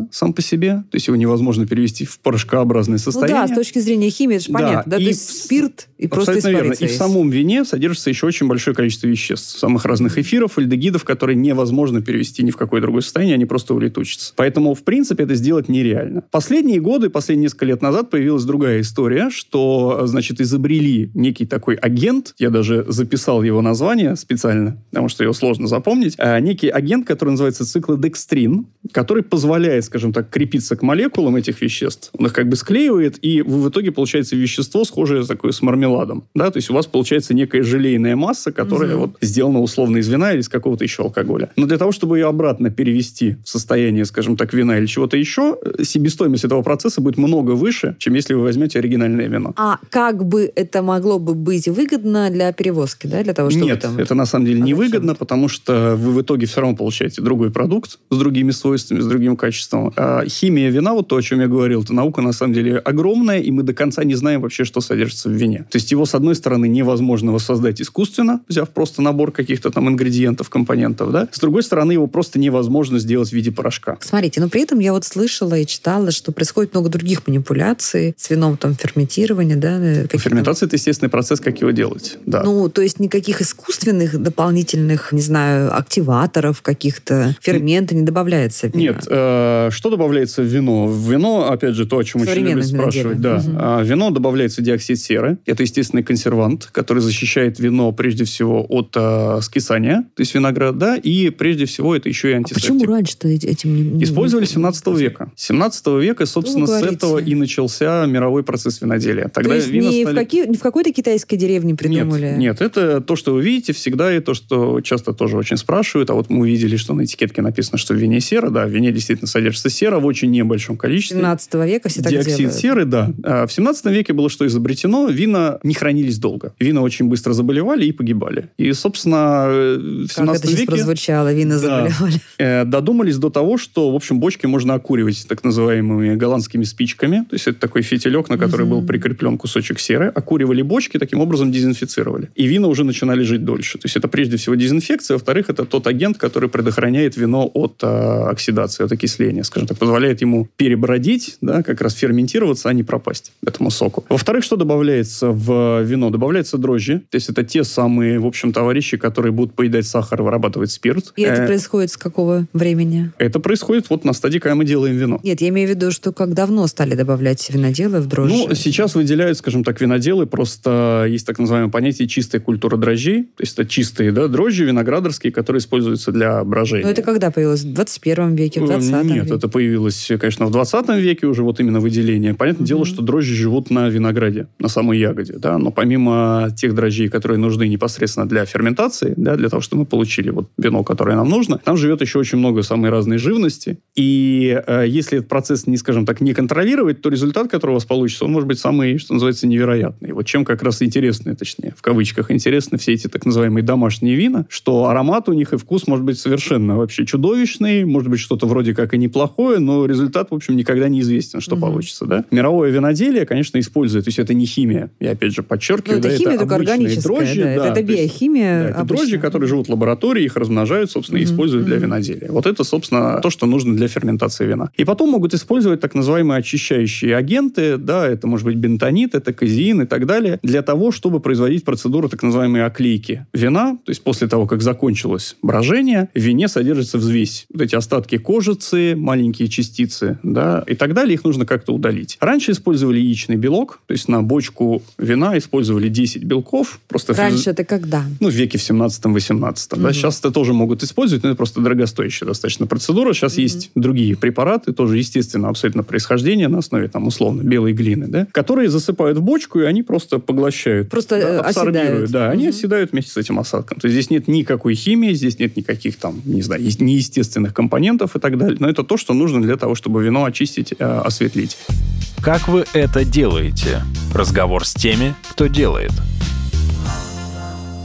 масса сам по себе, то есть его невозможно перевести в порошкообразное состояние. Ну да, с точки зрения химии, это же понятно. Да? То есть спирт и просто испарится. И в самом вине содержится еще очень большое количество веществ, самых разных эфиров, альдегидов, которые невозможно перевести ни в какое другое состояние, они просто улетучатся. Поэтому, в принципе, это сделать нереально. Последние несколько лет назад появилась другая история, что, значит, изобрели некий такой агент, я даже записал его название специально, потому что его сложно запомнить, некий агент, который называется циклодекстрин, который позволяет, скажем так, крепиться к молекулам этих веществ. Он их как бы склеивает, и в итоге получается вещество, схожее такое с мармеладом. Да? То есть у вас получается некая желейная масса, которая вот сделана условно из вина или из какого-то еще алкоголя. Но для того, чтобы ее обратно перевести в состояние, скажем так, вина или чего-то еще, себестоимость этого процесса будет много выше, чем если вы возьмете оригинальное вино. А как бы это могло бы быть выгодно для перевозки, да? Для того, чтобы Нет, это на самом деле невыгодно, потому что вы в итоге все равно получаете другой продукт с другими свойствами, с другим качеством. А химия вина, вот то, о чем я говорил, это наука на самом деле огромная, и мы до конца не знаем вообще, что содержится в вине. То есть его, с одной стороны, невозможно воссоздать искусственно, взяв просто набор каких-то там ингредиентов, компонентов, да? С другой стороны, его просто невозможно сделать в виде порошка. Смотрите, но при этом я вот слышала и читала, что происходит много других манипуляций с вином, там, ферментирование, да? Ферментация – это естественный процесс, как его делать, да. Ну, то есть никаких искусственных дополнительных, не знаю, активаторов, каких-то ферментов не добавляется в вино? Нет. Что добавляется в вино? В вино, опять же, то, о чем очень любят спрашивать. Да. В вино добавляется диоксид серы. Это естественный консервант, который защищает вино, прежде всего, от скисания, то есть виноград, да, и прежде всего это еще и антисептик. А почему раньше-то этим не использовали с 17 века. С 17 века, собственно, с этого и начался мировой процесс виноделия. Тогда то есть не в какой-то китайской деревне придумали? Нет, это то, что вы видите всегда, и то, что часто тоже очень спрашивают. А вот мы увидели, что на этикетке написано, что в вине сера. Да, в вине действительно содержится сера в очень небольшом количестве. 17 века все так делают. Диоксид серы, да. А в 17 веке было что изобретено? Вина не хранились долго. Вина очень быстро заболевали и погибали. И, собственно, в 17 веке... Как это сейчас прозвучало, вина заболевали. Додумались до того, что, в общем, бочки можно окуривать так называемыми голландскими спичками. То есть это такой фитилек, на который был прикреплен кусочек серы. Окуривали бочки, таким образом дезинфицировали. И вина уже начинали жить дольше. То есть это прежде всего дезинфекция. Во-вторых, это тот агент, который предохраняет вино от оксидации, от окисления, скажем так, позволяет ему перебродить, да, как раз ферментироваться, а не пропасть этому соку. Во-вторых, что добавляется в вино? Добавляются дрожжи. То есть это те самые, в общем, товарищи, которые будут поедать сахар и вырабатывать спирт. И это происходит с какого времени? Это происходит вот на стадии, когда мы делаем вино. Нет, я имею в виду, что как давно стали добавлять виноделы в дрожжи? Ну, сейчас выделяют, скажем так, виноделы, просто есть так называемое понятие чистая культура дрожжей. То есть это чистые, да, дрожжи виноградарские, которые используются для брожения. Но это когда появилось? В 21 веке, в 20 веке? Нет, это появилось, конечно, в 20 веке уже вот именно выделение. Понятное дело, что дрожжи живут на винограде, на самой ягоде, да, но помимо тех дрожжей, которые нужны непосредственно для ферментации, да, для того, чтобы мы получили вот вино, которое нам нужно, там живет еще очень много самой разной живности. И если этот процесс, не, скажем так, не контролировать, то результат, который у вас получится, он может быть самый, что называется, невероятный. Вот чем как раз интересны, точнее, в кавычках, интересны все эти так называемые домашние вина, что аромат у них и вкус может быть совершенно вообще чудовищный, может быть что-то вроде как и неплохое, но результат, в общем, никогда не известен, что получится, да. Мировое виноделие, конечно, использует, то есть это не химия, я опять же подчеркиваю, это химия, только органическая, дрожжи, да, это биохимия. Это дрожжи, которые живут в лаборатории, их размножают, собственно, и используют для виноделия. Вот это, собственно, то, что нужно для ферментации вина. И потом могут использовать так называемые очищающие агенты, да, это может быть бентонит, это казеин и так далее, для того, чтобы производить процедуру так называемой оклейки вина, то есть после того, как закончилось брожение, в вине содержится взвесь. Вот эти остатки кожицы, маленькие частицы, да, и так далее, их нужно как-то удалить. Раньше использовали яичный белок, то есть на бочку вина использовали 10 белков. Просто раньше это когда? Ну, в веке в 17-18. Да, сейчас это тоже могут использовать, но это просто дорогостоящая достаточно процедура. Сейчас есть другие препараты, тоже естественно абсолютно происхождения на основе, там, условно, белой глины, да, которые засыпают в бочку, и они просто поглощают. Просто да, абсорбируют. Да, они оседают вместе с этим осадком. То есть здесь нет никакой химии, здесь нет никаких там, не знаю, неестественных компонентов и так далее. Но это то, что нужно для того, чтобы вино очистить, осветлить. Как вы это делаете? Разговор с теми, кто делает.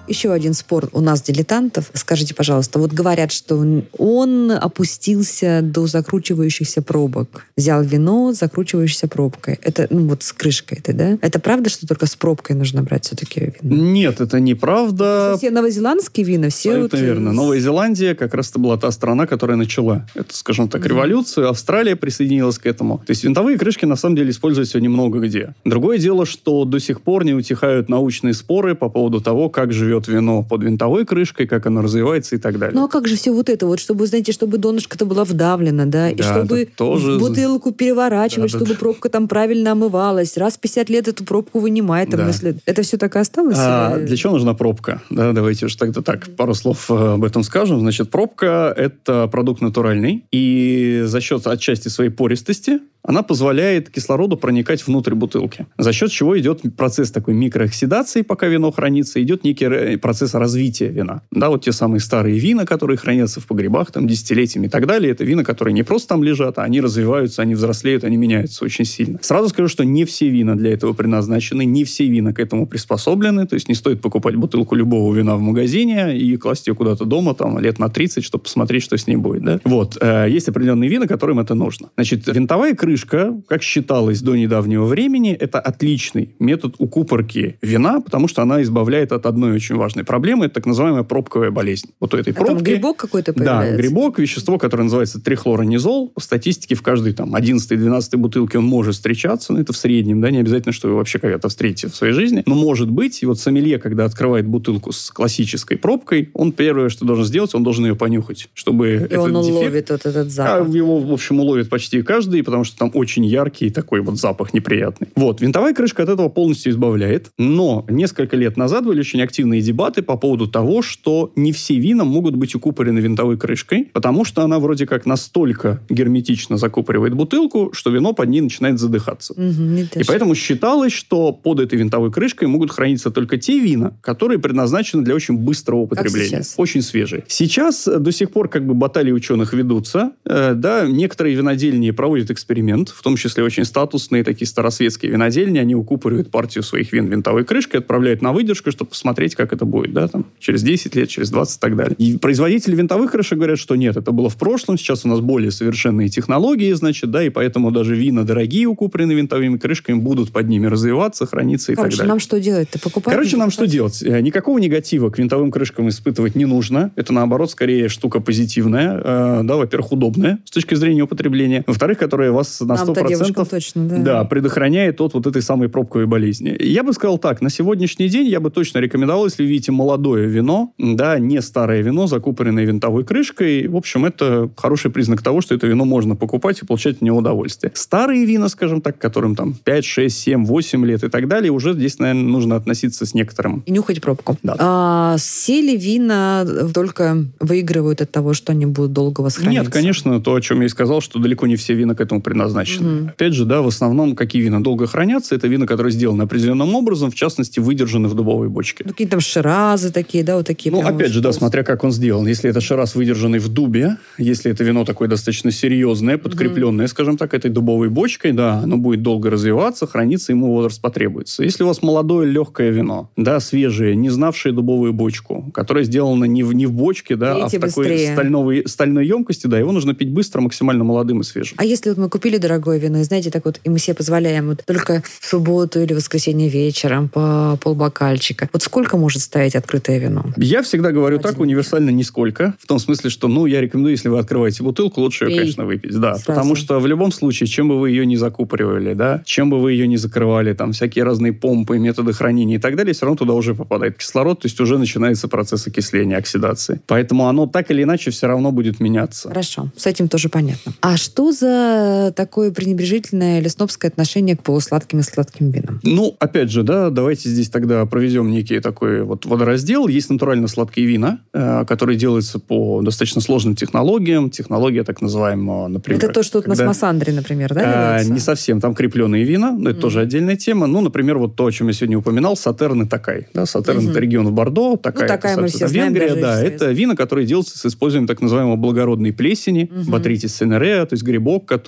Еще один спор у нас, дилетантов. Скажите, пожалуйста, вот говорят, что он опустился до закручивающихся пробок. Взял вино с закручивающейся пробкой. Это, вот с крышкой этой, да? Это правда, что только с пробкой нужно брать все-таки вино? Нет, это неправда. Все новозеландские вина, все... Абсолютно верно. Новая Зеландия как раз-то была та страна, которая начала эту, скажем так, революцию. Австралия присоединилась к этому. То есть винтовые крышки, на самом деле, используются немного где. Другое дело, что до сих пор не утихают научные споры по поводу того, как живет вино под винтовой крышкой, как оно развивается и так далее. Ну а как же все вот это? Вот чтобы, знаете, чтобы донышко-то было вдавлено, да? И чтобы тоже... бутылку переворачивать, чтобы пробка там правильно омывалась. Раз в 50 лет эту пробку вынимает. Это все так и осталось? Для чего нужна пробка? Да, давайте же тогда так, пару слов об этом скажем. Значит, пробка – это продукт натуральный. И за счет отчасти своей пористости она позволяет кислороду проникать внутрь бутылки. За счет чего идет процесс такой микрооксидации, пока вино хранится, идет некий процесс развития вина. Да, вот те самые старые вина, которые хранятся в погребах там, десятилетиями и так далее, это вина, которые не просто там лежат, а они развиваются, они взрослеют, они меняются очень сильно. Сразу скажу, что не все вина для этого предназначены, не все вина к этому приспособлены, то есть не стоит покупать бутылку любого вина в магазине и класть ее куда-то дома там, лет на 30, чтобы посмотреть, что с ней будет. Да? Вот. Есть определенные вина, которым это нужно. Значит, винтовая крышка, как считалось до недавнего времени, это отличный метод укупорки вина, потому что она избавляет от одной очень важной проблемы, это так называемая пробковая болезнь. Вот у этой пробки... Там грибок какой-то появляется? Да, грибок, вещество, которое называется трихлоронизол. По статистике в каждой там 11-12 бутылке он может встречаться, но это в среднем, да, не обязательно, что вы вообще когда-то встретите в своей жизни, но может быть. И вот сомелье, когда открывает бутылку с классической пробкой, он первое, что должен сделать, он должен ее понюхать, чтобы и он уловит вот этот запах. Его, в общем, уловит почти каждый, потому что там очень яркий такой вот запах неприятный. Вот, винтовая крышка от этого полностью избавляет, но несколько лет назад были очень активные дебаты по поводу того, что не все вина могут быть укупорены винтовой крышкой, потому что она вроде как настолько герметично закупоривает бутылку, что вино под ней начинает задыхаться. И поэтому считалось, что под этой винтовой крышкой могут храниться только те вина, которые предназначены для очень быстрого употребления. Очень свежие. Сейчас до сих пор как бы баталии ученых ведутся. Да, некоторые винодельни проводят эксперимент, в том числе очень статусные такие старосветские винодельни, они укупоривают партию своих вин винтовой крышкой, отправляют на выдержку, чтобы посмотреть, как это будет, да, там, через 10 лет, через 20 и так далее. И производители винтовых крышек говорят, что нет, это было в прошлом, сейчас у нас более совершенные технологии, значит, да, и поэтому даже вина дорогие, укупоренные винтовыми крышками, будут под ними развиваться, храниться и так далее. Нам что делать-то? Покупать? Нам что делать? Никакого негатива к винтовым крышкам испытывать не нужно. Это, наоборот, скорее штука позитивная, да, во-первых, удобная с точки зрения употребления, во-вторых, которая вас на 100% точно, да, предохраняет от вот этой самой пробковой болезни. Я бы сказал так, на сегодняшний день я бы точно рекомендовал, если видите молодое вино, да, не старое вино, закупоренное винтовой крышкой, в общем, это хороший признак того, что это вино можно покупать и получать от него удовольствие. Старые вина, скажем так, которым там 5, 6, 7, 8 лет и так далее, уже здесь, наверное, нужно относиться с некоторым... И нюхать пробку. Да. Все ли вина только выигрывают от того, что они будут долго восхраняться? Нет, конечно, то, о чем я и сказал, что далеко не все вина к этому предназначены. Опять же, да, в основном, какие вина долго хранятся, это вина, которые сделаны определенным образом, в частности, выдержаны в дубовой бочке. Какие-то там ширазы такие, да, вот такие. Ну, опять же, да, смотря как он сделан. Если это шираз, выдержанный в дубе, если это вино такое достаточно серьезное, подкрепленное, скажем так, этой дубовой бочкой, да, оно будет долго развиваться, храниться, ему возраст потребуется. Если у вас молодое легкое вино, да, свежее, не знавшее дубовую бочку, которое сделано не в бочке, да, а в такой стальной емкости, да, его нужно пить быстро, максимально молодым и свежим. А если вот мы купили дорогое вино, и знаете, так вот, и мы себе позволяем вот только в субботу или воскресенье вечером по полбокальчика, вот сколько может стоять открытое вино? Я всегда говорю так, универсально нисколько. В том смысле, что, я рекомендую, если вы открываете бутылку, лучше ее, конечно, выпить. Да, сразу. Потому что в любом случае, чем бы вы ее не закупоривали, да, чем бы вы ее не закрывали, там всякие разные помпы, методы хранения и так далее, все равно туда уже попадает кислород, то есть уже начинается процесс окисления, оксидации. Поэтому оно так или иначе все равно будет меняться. Хорошо, с этим тоже понятно. А что за такое пренебрежительное или снобское отношение к полусладким и сладким винам? Опять же, да, давайте здесь тогда проведем некий такой вот водораздел. Есть натурально сладкие вина, которые делаются по достаточно сложным технологиям. Технология так называемая, например... Это то, что на Смасандре, например, да, делается? Не совсем. Там крепленые вина, но это тоже отдельная тема. Например, вот то, о чем я сегодня упоминал, Сатерн и Такай. Да, Сатерн это регион в Бордо, Такай Такай мы все знаем, Венгрия. Да, это вина, которые делаются с использованием так называемой благородной плесени, Botrytis cinerea, то есть грибок, который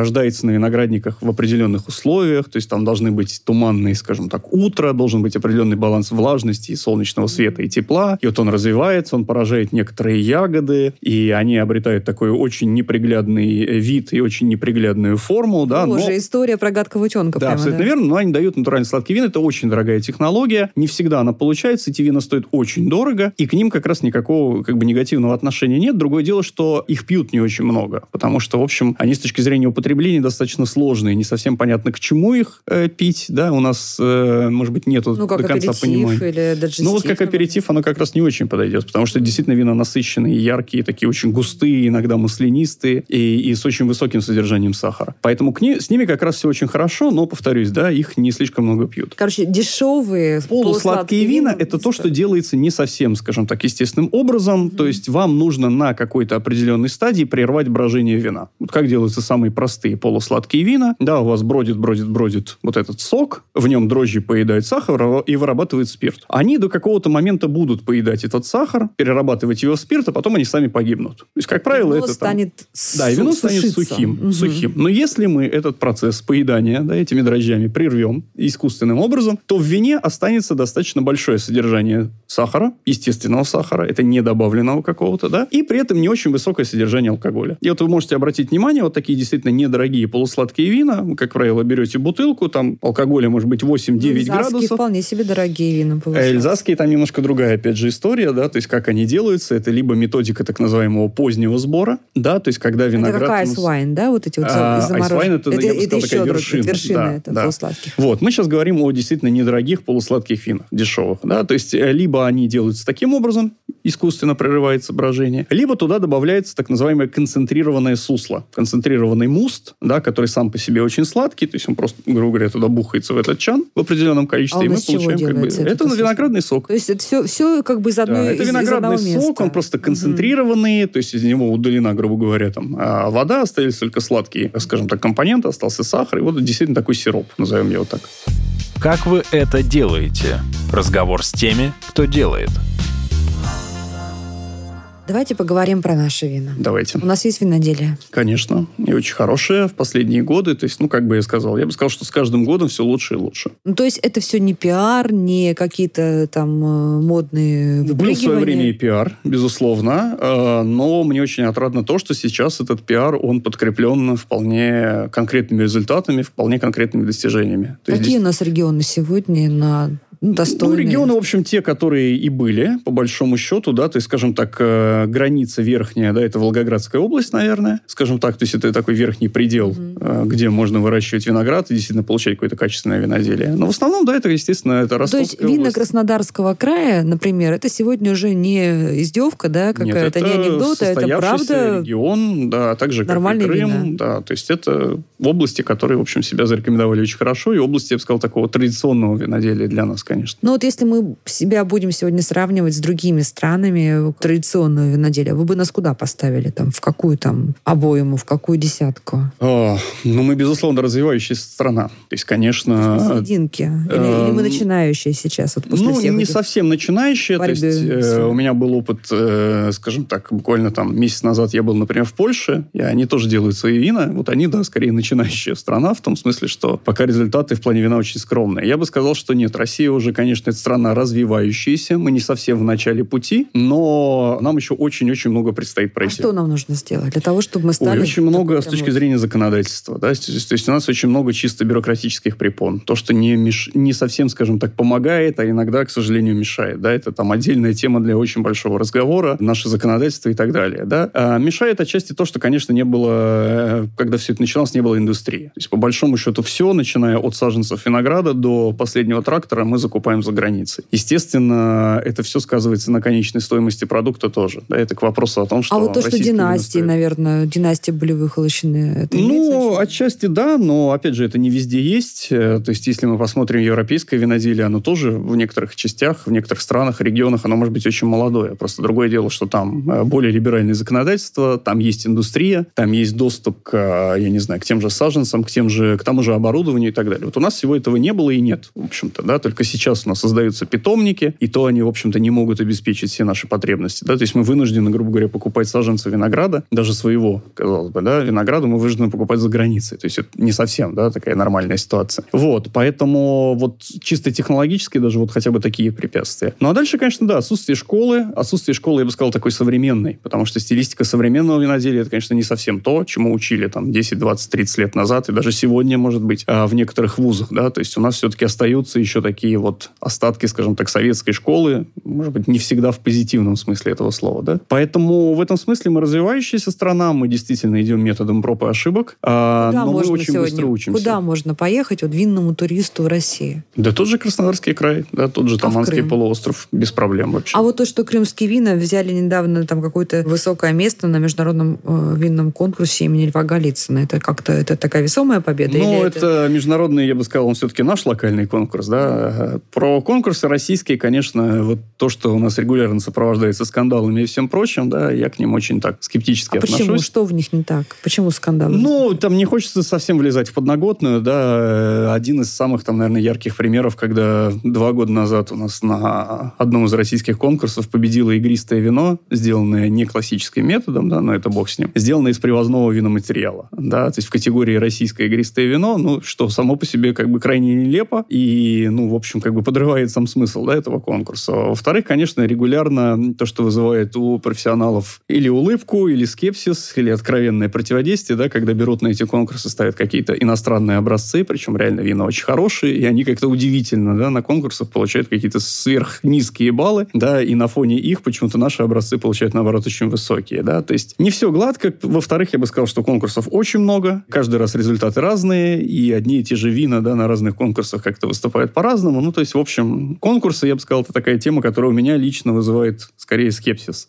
рождается на виноградниках в определенных условиях, то есть там должны быть туманные, скажем так, утро, должен быть определенный баланс влажности, и солнечного света и тепла, и вот он развивается, он поражает некоторые ягоды, и они обретают такой очень неприглядный вид и очень неприглядную форму. Да, Боже, история про гадкого утенка. Да, прямо, абсолютно верно, но они дают натуральный сладкий вин, это очень дорогая технология, не всегда она получается, эти вина стоят очень дорого, и к ним как раз никакого как бы негативного отношения нет. Другое дело, что их пьют не очень много, потому что, в общем, они с точки зрения употребления достаточно сложные, не совсем понятно, к чему их пить, да, у нас, может быть, нету до конца понимания. Или ну, вот как аперитив оно как раз не очень подойдет, потому что действительно вина насыщенные, яркие, такие очень густые, иногда маслянистые и с очень высоким содержанием сахара. Поэтому с ними как раз все очень хорошо, но, повторюсь, да, их не слишком много пьют. Короче, дешевые полусладкие вина – это то, что делается не совсем, скажем так, естественным образом. То есть вам нужно на какой-то определенной стадии прервать брожение вина. Вот как делаются самые простые полусладкие вина. Да, у вас бродит вот этот сок, в нем дрожжи поедают сахар и вырабатывают спирт. Они до какого-то момента будут поедать этот сахар, перерабатывать его в спирт, а потом они сами погибнут. То есть, как правило, вино это станет да, и вино станет сухим. Но если мы этот процесс поедания, да, этими дрожжами прервем искусственным образом, то в вине останется достаточно большое содержание сахара, естественного сахара, это не добавленного какого-то, да, и при этом не очень высокое содержание алкоголя. И вот вы можете обратить внимание, вот такие действительно недорогие полусладкие вина, вы, как правило, берете бутылку, там алкоголя может быть 8-9 градусов. Вполне себе дорогие вина. Эльзасские там немножко другая, опять же, история, да, то есть как они делаются, это либо методика так называемого позднего сбора, да, то есть когда виноград... Это как айс-вайн, да, вот эти вот айс-вайн это, я бы сказал, такая вершина. Это полусладких. Вот, мы сейчас говорим о действительно недорогих полусладких винах, дешевых, да, то есть либо они делаются таким образом, искусственно прерывается брожение, либо туда добавляется так называемое концентрированное сусло, концентрированный муст, да, который сам по себе очень сладкий, то есть он просто, грубо говоря, туда бухается в этот чан в определенном количестве, и мы получаем как бы... Это виноградный сок. То есть это все как бы из одного места. Это виноградный сок, он просто концентрированный, то есть из него удалена, грубо говоря, там вода, остались только сладкие, скажем так, компоненты, остался сахар, и вот действительно такой сироп, назовем его так. Как вы это делаете? Разговор с теми, кто делает. Давайте поговорим про наши вина. Давайте. У нас есть виноделие? Конечно. И очень хорошее в последние годы. То есть, как бы я сказал, что с каждым годом все лучше и лучше. Ну, то есть это все не пиар, не какие-то там модные выпрыгивания? Был в свое время и пиар, безусловно. Но мне очень отрадно то, что сейчас этот пиар, он подкреплен вполне конкретными результатами, вполне конкретными достижениями. Какие у нас регионы сегодня на... достойные. Регионы, в общем, те, которые и были, по большому счету, да, то есть, скажем так, граница верхняя, да, это Волгоградская область, наверное, скажем так, то есть это такой верхний предел, где можно выращивать виноград и действительно получать какое-то качественное виноделие. Но в основном, да, это, естественно, это Ростовская область. То есть вина Краснодарского края, например, это сегодня уже не издевка, да, какая-то, не анекдот, это правда регион, да, а также как и Крым, вина. Да, то есть это области, которые, в общем, себя зарекомендовали очень хорошо, и области, я бы сказал, такого традиционного виноделия для нас, конечно. Ну вот если мы себя будем сегодня сравнивать с другими странами традиционного виноделия, вы бы нас куда поставили? Там, в какую там обойму, в какую десятку? Мы, безусловно, развивающаяся страна. То есть, конечно... В серединке? Или мы начинающие сейчас? Вот после всех не совсем начинающие. То есть, у меня был опыт, скажем так, буквально там месяц назад я был, например, в Польше, и они тоже делают свои вина. Вот они, да, скорее начинающая страна, в том смысле, что пока результаты в плане вина очень скромные. Я бы сказал, что нет, Россия уже, конечно, это страна развивающаяся, мы не совсем в начале пути, но нам еще очень-очень много предстоит пройти. А что нам нужно сделать для того, чтобы мы стали... Очень много с точки зрения законодательства. Да? То есть у нас очень много чисто бюрократических препон. То, что не совсем, скажем так, помогает, а иногда, к сожалению, мешает. Да? Это там отдельная тема для очень большого разговора, наше законодательство и так далее. Да? Мешает отчасти то, что, конечно, не было, когда все это начиналось, не было индустрии. То есть, по большому счету, все, начиная от саженцев винограда до последнего трактора, мы закупаем за границей. Естественно, это все сказывается на конечной стоимости продукта тоже. Да, это к вопросу о том, что... А вот то, что династии, наверное, династии были выхолощены, это отчасти да, но, опять же, это не везде есть. То есть, если мы посмотрим европейское виноделие, оно тоже в некоторых частях, в некоторых странах, регионах, оно может быть очень молодое. Просто другое дело, что там более либеральное законодательство, там есть индустрия, там есть доступ к, я не знаю, к тем же саженцам, к тому же оборудованию и так далее. Вот у нас всего этого не было и нет, в общем-то, да, только сейчас у нас создаются питомники, и то они, в общем-то, не могут обеспечить все наши потребности. Да? То есть мы вынуждены, грубо говоря, покупать саженцы винограда, даже своего, казалось бы, да, винограда мы вынуждены покупать за границей. То есть это не совсем, да, такая нормальная ситуация. Вот, поэтому вот чисто технологически даже вот хотя бы такие препятствия. Ну, а дальше, конечно, да, отсутствие школы, я бы сказал, такой современной, потому что стилистика современного виноделия, это, конечно, не совсем то, чему учили там 10, 20, 30 лет назад, и даже сегодня, может быть, в некоторых вузах, да, то есть у нас все-таки остаются еще такие вот остатки, скажем так, советской школы, может быть, не всегда в позитивном смысле этого слова, да. Поэтому в этом смысле мы развивающаяся страна, мы действительно идем методом проб и ошибок, но мы очень быстро учимся. Куда можно поехать вот винному туристу в России? Да тот же Краснодарский край, да, тот же Таманский полуостров, без проблем вообще. А вот то, что крымские вина взяли недавно там какое-то высокое место на международном винном конкурсе имени Льва Голицына, это как-то это такая весомая победа? Ну, это международный, я бы сказал, он все-таки наш локальный конкурс, да. Про конкурсы российские, конечно, вот то, что у нас регулярно сопровождается скандалами и всем прочим, да, я к ним очень так скептически отношусь. Почему? Что в них не так? Почему скандалы? Ну, там не хочется совсем влезать в подноготную, да. Один из самых, там, наверное, ярких примеров, когда 2 года назад у нас на одном из российских конкурсов победило игристое вино, сделанное не классическим методом, да, но это бог с ним, сделанное из привозного виноматериала, да, то есть в категории российское игристое вино, ну, что само по себе как бы крайне нелепо и, ну, в общем, как бы подрывает сам смысл, да, этого конкурса. Во-вторых, конечно, регулярно то, что вызывает у профессионалов или улыбку, или скепсис, или откровенное противодействие, да, когда берут на эти конкурсы, ставят какие-то иностранные образцы, причем реально вина очень хорошие, и они как-то удивительно, да, на конкурсах получают какие-то сверхнизкие баллы, да, и на фоне их почему-то наши образцы получают, наоборот, очень высокие, да, то есть не все гладко. Во-вторых, я бы сказал, что конкурсов очень много, каждый раз результаты разные, и одни и те же вина, да, на разных конкурсах как-то выступают по-разному, ну, то есть, в общем, конкурсы, я бы сказал, это такая тема, которая у меня лично вызывает скорее скепсис,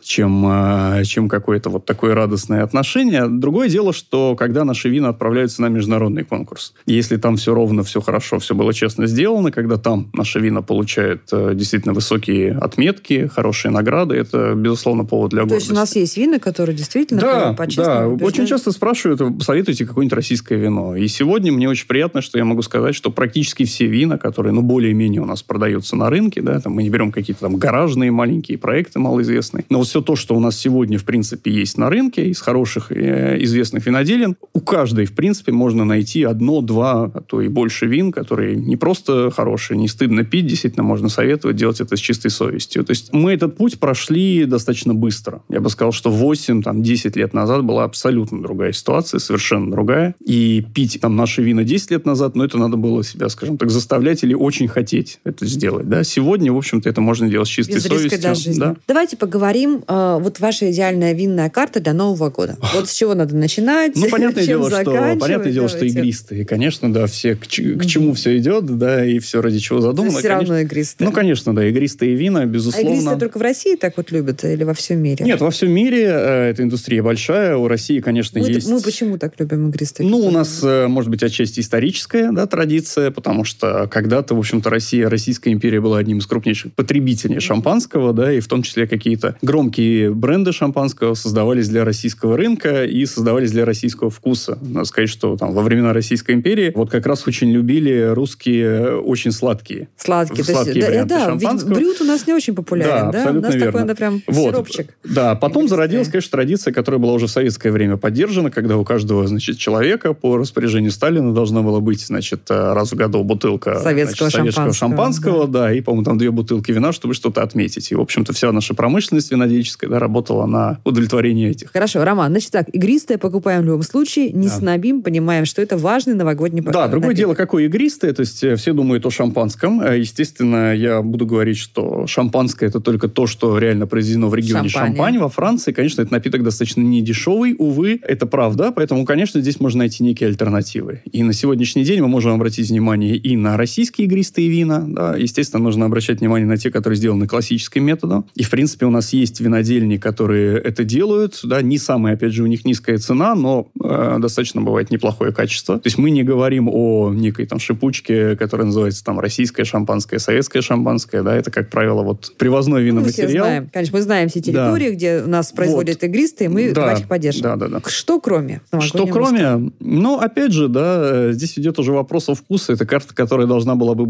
чем какое-то вот такое радостное отношение. Другое дело, что когда наши вина отправляются на международный конкурс, если там все ровно, все хорошо, все было честно сделано, когда там наши вина получают действительно высокие отметки, хорошие награды, это, безусловно, повод для гордости. То есть у нас есть вина, которые действительно по-честному побеждают? Очень часто спрашивают, посоветуйте какое-нибудь российское вино. И сегодня мне очень приятно, что я могу сказать, что практически все вина, которые, ну, более-менее у нас продаются на рынке, да, там мы не берем какие-то там гаражные маленькие проекты малоизвестные, но вот все то, что у нас сегодня, в принципе, есть на рынке, из хороших известных виноделин, у каждой, в принципе, можно найти 1, 2, а то и больше вин, которые не просто хорошие, не стыдно пить, действительно можно советовать делать это с чистой совестью. То есть мы этот путь прошли достаточно быстро. Я бы сказал, что 8-10 лет назад была абсолютно другая ситуация, совершенно другая. И пить там наши вина 10 лет назад, это надо было себя, скажем так, заставлять или очень хотеть это сделать. Да? Сегодня, в общем-то, это можно делать с чистой совестью. Для жизни. Да? Давайте поговорим, вот ваша идеальная винная карта для Нового года. Вот с чего надо начинать, понятное чем заканчивать. Понятное дело, что игристые. Конечно, да, все к чему все идет, да, и все ради чего задумано. Все равно игристые. Ну, конечно, да, игристые вина, безусловно. А игристые только в России так вот любят или во всем мире? Нет, во всем мире эта индустрия большая. У России, конечно, есть... Мы почему так любим игристые? Ну, у нас, может быть, отчасти историческая, да, традиция, потому что когда-то, в общем-то, Российская империя была одним из крупнейших потребителей шампанского, да, и в том числе какие-то громкие бренды шампанского создавались для российского рынка и создавались для российского вкуса. Надо сказать, что там во времена Российской империи вот как раз очень любили русские очень сладкие варианты шампанского. Брют у нас не очень популярен, да? Абсолютно у нас верно. такой, да, прям сиропчик. Да, потом зародилась, конечно, традиция, которая была уже в советское время поддержана, когда у каждого, значит, человека по распоряжению Сталина должна была быть, значит, раз в году бутылка советского шампанского, да, и, по-моему, там 2 бутылки вина, чтобы что-то отметить. И, в общем-то, вся наша промышленность винодельческая, да, работала на удовлетворение этих. Хорошо, Роман, значит так, игристое покупаем в любом случае, не снобим, понимаем, что это важный новогодний напиток. Да, другое дело, какое игристое, то есть все думают о шампанском. Естественно, я буду говорить, что шампанское это только то, что реально произведено в регионе Шампань во Франции. Конечно, этот напиток достаточно недешевый, увы, это правда, поэтому, конечно, здесь можно найти некие альтернативы. И на сегодняшний день мы можем обратить внимание и на российские игристые вина, да, естественно, нужно обращать внимание на те, которые сделаны классическим методом. И, в принципе, у нас есть винодельни, которые это делают, да, не самая, опять же, у них низкая цена, но достаточно бывает неплохое качество. То есть мы не говорим о некой там шипучке, которая называется там российское шампанское, советское шампанское, да, это, как правило, вот привозной виноматериал. Мы все знаем. Конечно, мы знаем все территории, где у нас производят игристые, мы их поддерживаем. Да. Что кроме? Что кроме? Ну, опять же, да, здесь идет уже вопрос о вкусе. Это карта, которая должна была бы быть достаточно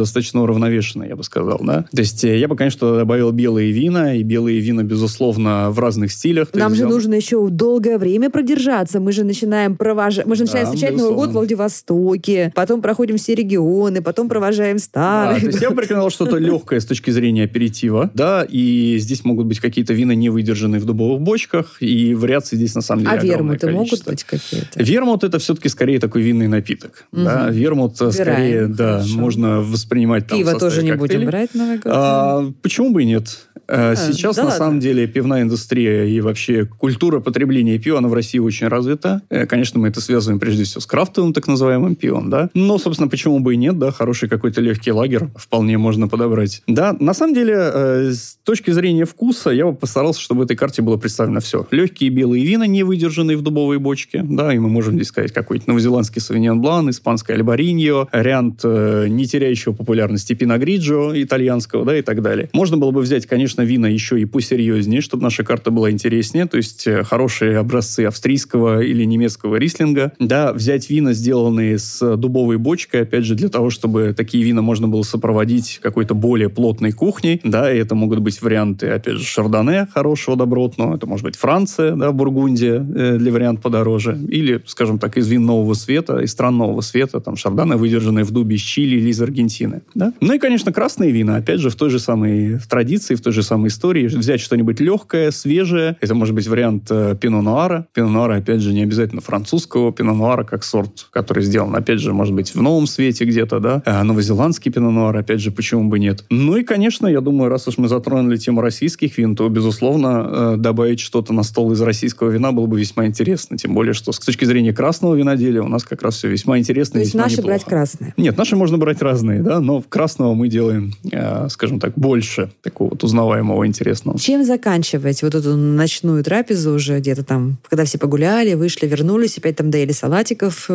достаточно уравновешенный, я бы сказал, да. То есть я бы, конечно, добавил белые вина, и белые вина, безусловно, в разных стилях. Нам же нужно еще долгое время продержаться. Мы же начинаем встречать Новый год в Владивостоке, потом проходим все регионы, потом провожаем старые. То есть я бы порекомендовал что-то легкое с точки зрения аперитива, да, и здесь могут быть какие-то вина, не выдержанные в дубовых бочках, и вариаций здесь на самом деле огромное количество. Вермуты могут быть какие-то? Вермут — это все-таки скорее такой винный напиток. Да? Вермут скорее, можно воспринимать там в составе тоже не коктейлей. Будем брать в Новый год? Почему бы и нет? Сейчас, на самом деле, пивная индустрия и вообще культура потребления пива, она в России очень развита. Конечно, мы это связываем прежде всего с крафтовым так называемым пивом, да. Но, собственно, почему бы и нет, да, хороший какой-то легкий лагер вполне можно подобрать. Да, на самом деле, с точки зрения вкуса, я бы постарался, чтобы в этой карте было представлено все. Легкие белые вина, не выдержанные в дубовой бочке, да, и мы можем здесь сказать какой-то новозеландский савиньон блан, испанское альбариньо, вариант не теряющего популярности пино гриджо итальянского, да, и так далее. Можно было бы взять, конечно, вина еще и посерьезнее, чтобы наша карта была интереснее, то есть хорошие образцы австрийского или немецкого рислинга, да, взять вина, сделанные с дубовой бочкой, опять же, для того, чтобы такие вина можно было сопроводить какой-то более плотной кухней, да, и это могут быть варианты, опять же, шардоне хорошего, добротного, это может быть Франция, да, Бургундия, для варианта подороже, или, скажем так, из вин нового света, из стран нового света, там, шардоне, выдержанные в дубе из Чили или из Аргентины, да. Ну и, конечно, красные вина, опять же, в той же самой традиции, в той же самой истории, взять что-нибудь легкое, свежее. Это может быть вариант пино нуара. Пино нуара, опять же, не обязательно французского пино нуара, как сорт, который сделан, опять же, может быть, в новом свете где-то, да. Новозеландский пино нуар, опять же, почему бы нет. Ну и, конечно, я думаю, раз уж мы затронули тему российских вин, то, безусловно, добавить что-то на стол из российского вина было бы весьма интересно. Тем более, что с точки зрения красного виноделия у нас как раз все весьма интересно и весьма неплохо. То есть наши брать красные? Нет, наши можно брать разные, да, но красного мы делаем, скажем так, больше такого вот узнаваемого, интересного. Чем заканчиваете вот эту ночную трапезу уже где-то там, когда все погуляли, вышли, вернулись, опять там доели салатиков,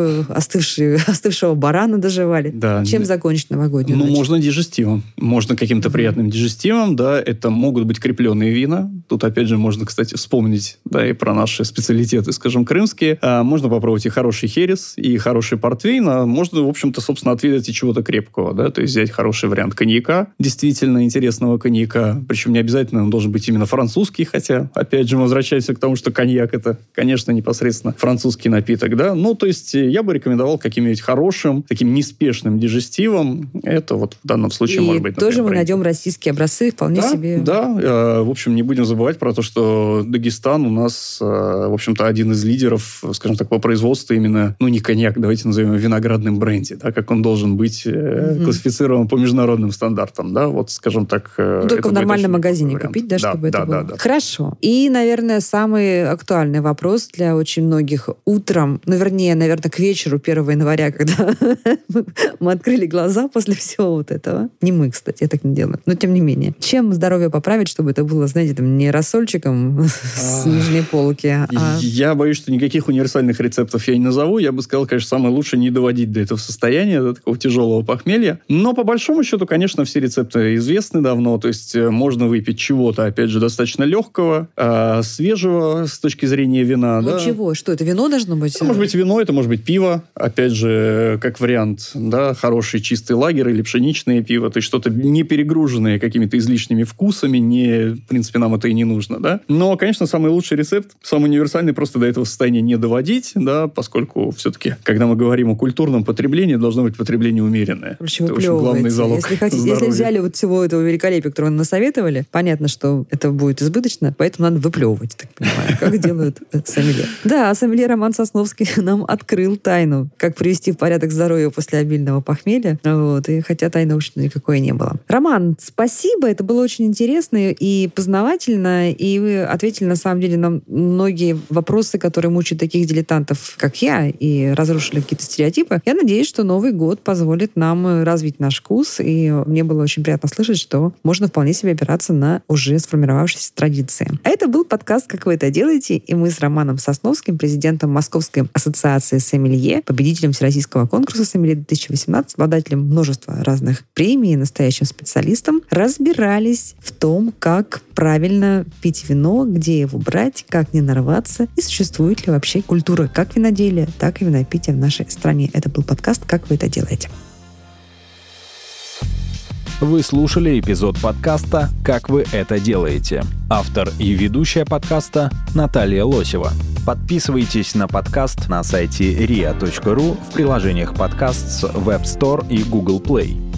остывшего барана доживали? Да. Чем закончить новогоднюю ночь? Можно дижестивом. Можно каким-то приятным дижестивом, да, это могут быть крепленные вина. Тут, опять же, можно, кстати, вспомнить, да, и про наши специалитеты, скажем, крымские. Можно попробовать и хороший херес, и хороший портвейн, а можно, в общем-то, собственно, отведать и чего-то крепкого, да, то есть взять хороший вариант коньяка, действительно интересного коньяка, причем не обязательно он должен быть именно французский, хотя, опять же, мы возвращаемся к тому, что коньяк — это, конечно, непосредственно французский напиток, да, ну, то есть я бы рекомендовал каким-нибудь хорошим, таким неспешным дижестивом, это вот в данном случае может быть, например, тоже мы найдем российские образцы вполне себе. Да, в общем, не будем забывать про то, что Дагестан у нас, в общем-то, один из лидеров, скажем так, по производству именно, ну, не коньяк, давайте назовем его виноградным бренди, да, как он должен быть классифицирован по международным стандартам, да, вот, скажем так. Только в нормальном магазине купить, да, чтобы это было. Да. Хорошо. И, наверное, самый актуальный вопрос для очень многих утром, наверное, к вечеру 1 января, когда мы открыли глаза после всего вот этого. Не мы, кстати, я так не делаю, но тем не менее. Чем здоровье поправить, чтобы это было, знаете, там, не рассольчиком с нижней полки, Я боюсь, что никаких универсальных рецептов я не назову. Я бы сказал, конечно, самое лучшее не доводить до этого состояния, до такого тяжелого похмелья. Но, по большому счету, конечно, все рецепты известны давно. То есть можно выпить чего-то, опять же, достаточно легкого, свежего с точки зрения вина. Ну, да. Чего? Что это? Вино должно быть? Это может быть вино, это может быть пиво. Опять же, как вариант, да, хороший чистый лагерь или пшеничное пиво. То есть что-то не перегруженное какими-то излишними вкусами. В принципе, нам это и не нужно, да. Но, конечно, самый лучший рецепт, самый универсальный, просто до этого состояния не доводить, да, поскольку все-таки, когда мы говорим о культурном потреблении, должно быть потребление умеренное. Короче, это очень главный залог здоровья. Если взяли вот всего этого великолепия, которое вы насоветовали, понятно, что это будет избыточно, поэтому надо выплевывать, так понимаю, как делают сомелье. Да, сомелье Роман Сосновский нам открыл тайну, как привести в порядок здоровье после обильного похмелья. Вот, и хотя тайны, в общем-то, никакой не было. Роман, спасибо, это было очень интересно и познавательно, и вы ответили, на самом деле, на многие вопросы, которые мучают таких дилетантов, как я, и разрушили какие-то стереотипы. Я надеюсь, что Новый год позволит нам развить наш вкус, и мне было очень приятно слышать, что можно вполне себе опираться на уже сформировавшиеся традиции. А это был подкаст «Как вы это делаете», и мы с Романом Сосновским, президентом Московской ассоциации сомелье, победителем Всероссийского конкурса сомелье 2018, обладателем множества разных премий и настоящим специалистом, разбирались в том, как правильно пить вино, где его брать, как не нарваться, и существует ли вообще культура как виноделия, так и винопития в нашей стране. Это был подкаст «Как вы это делаете». Вы слушали эпизод подкаста «Как вы это делаете». Автор и ведущая подкаста Наталья Лосева. Подписывайтесь на подкаст на сайте ria.ru в приложениях подкаст с Web Store и Google Play.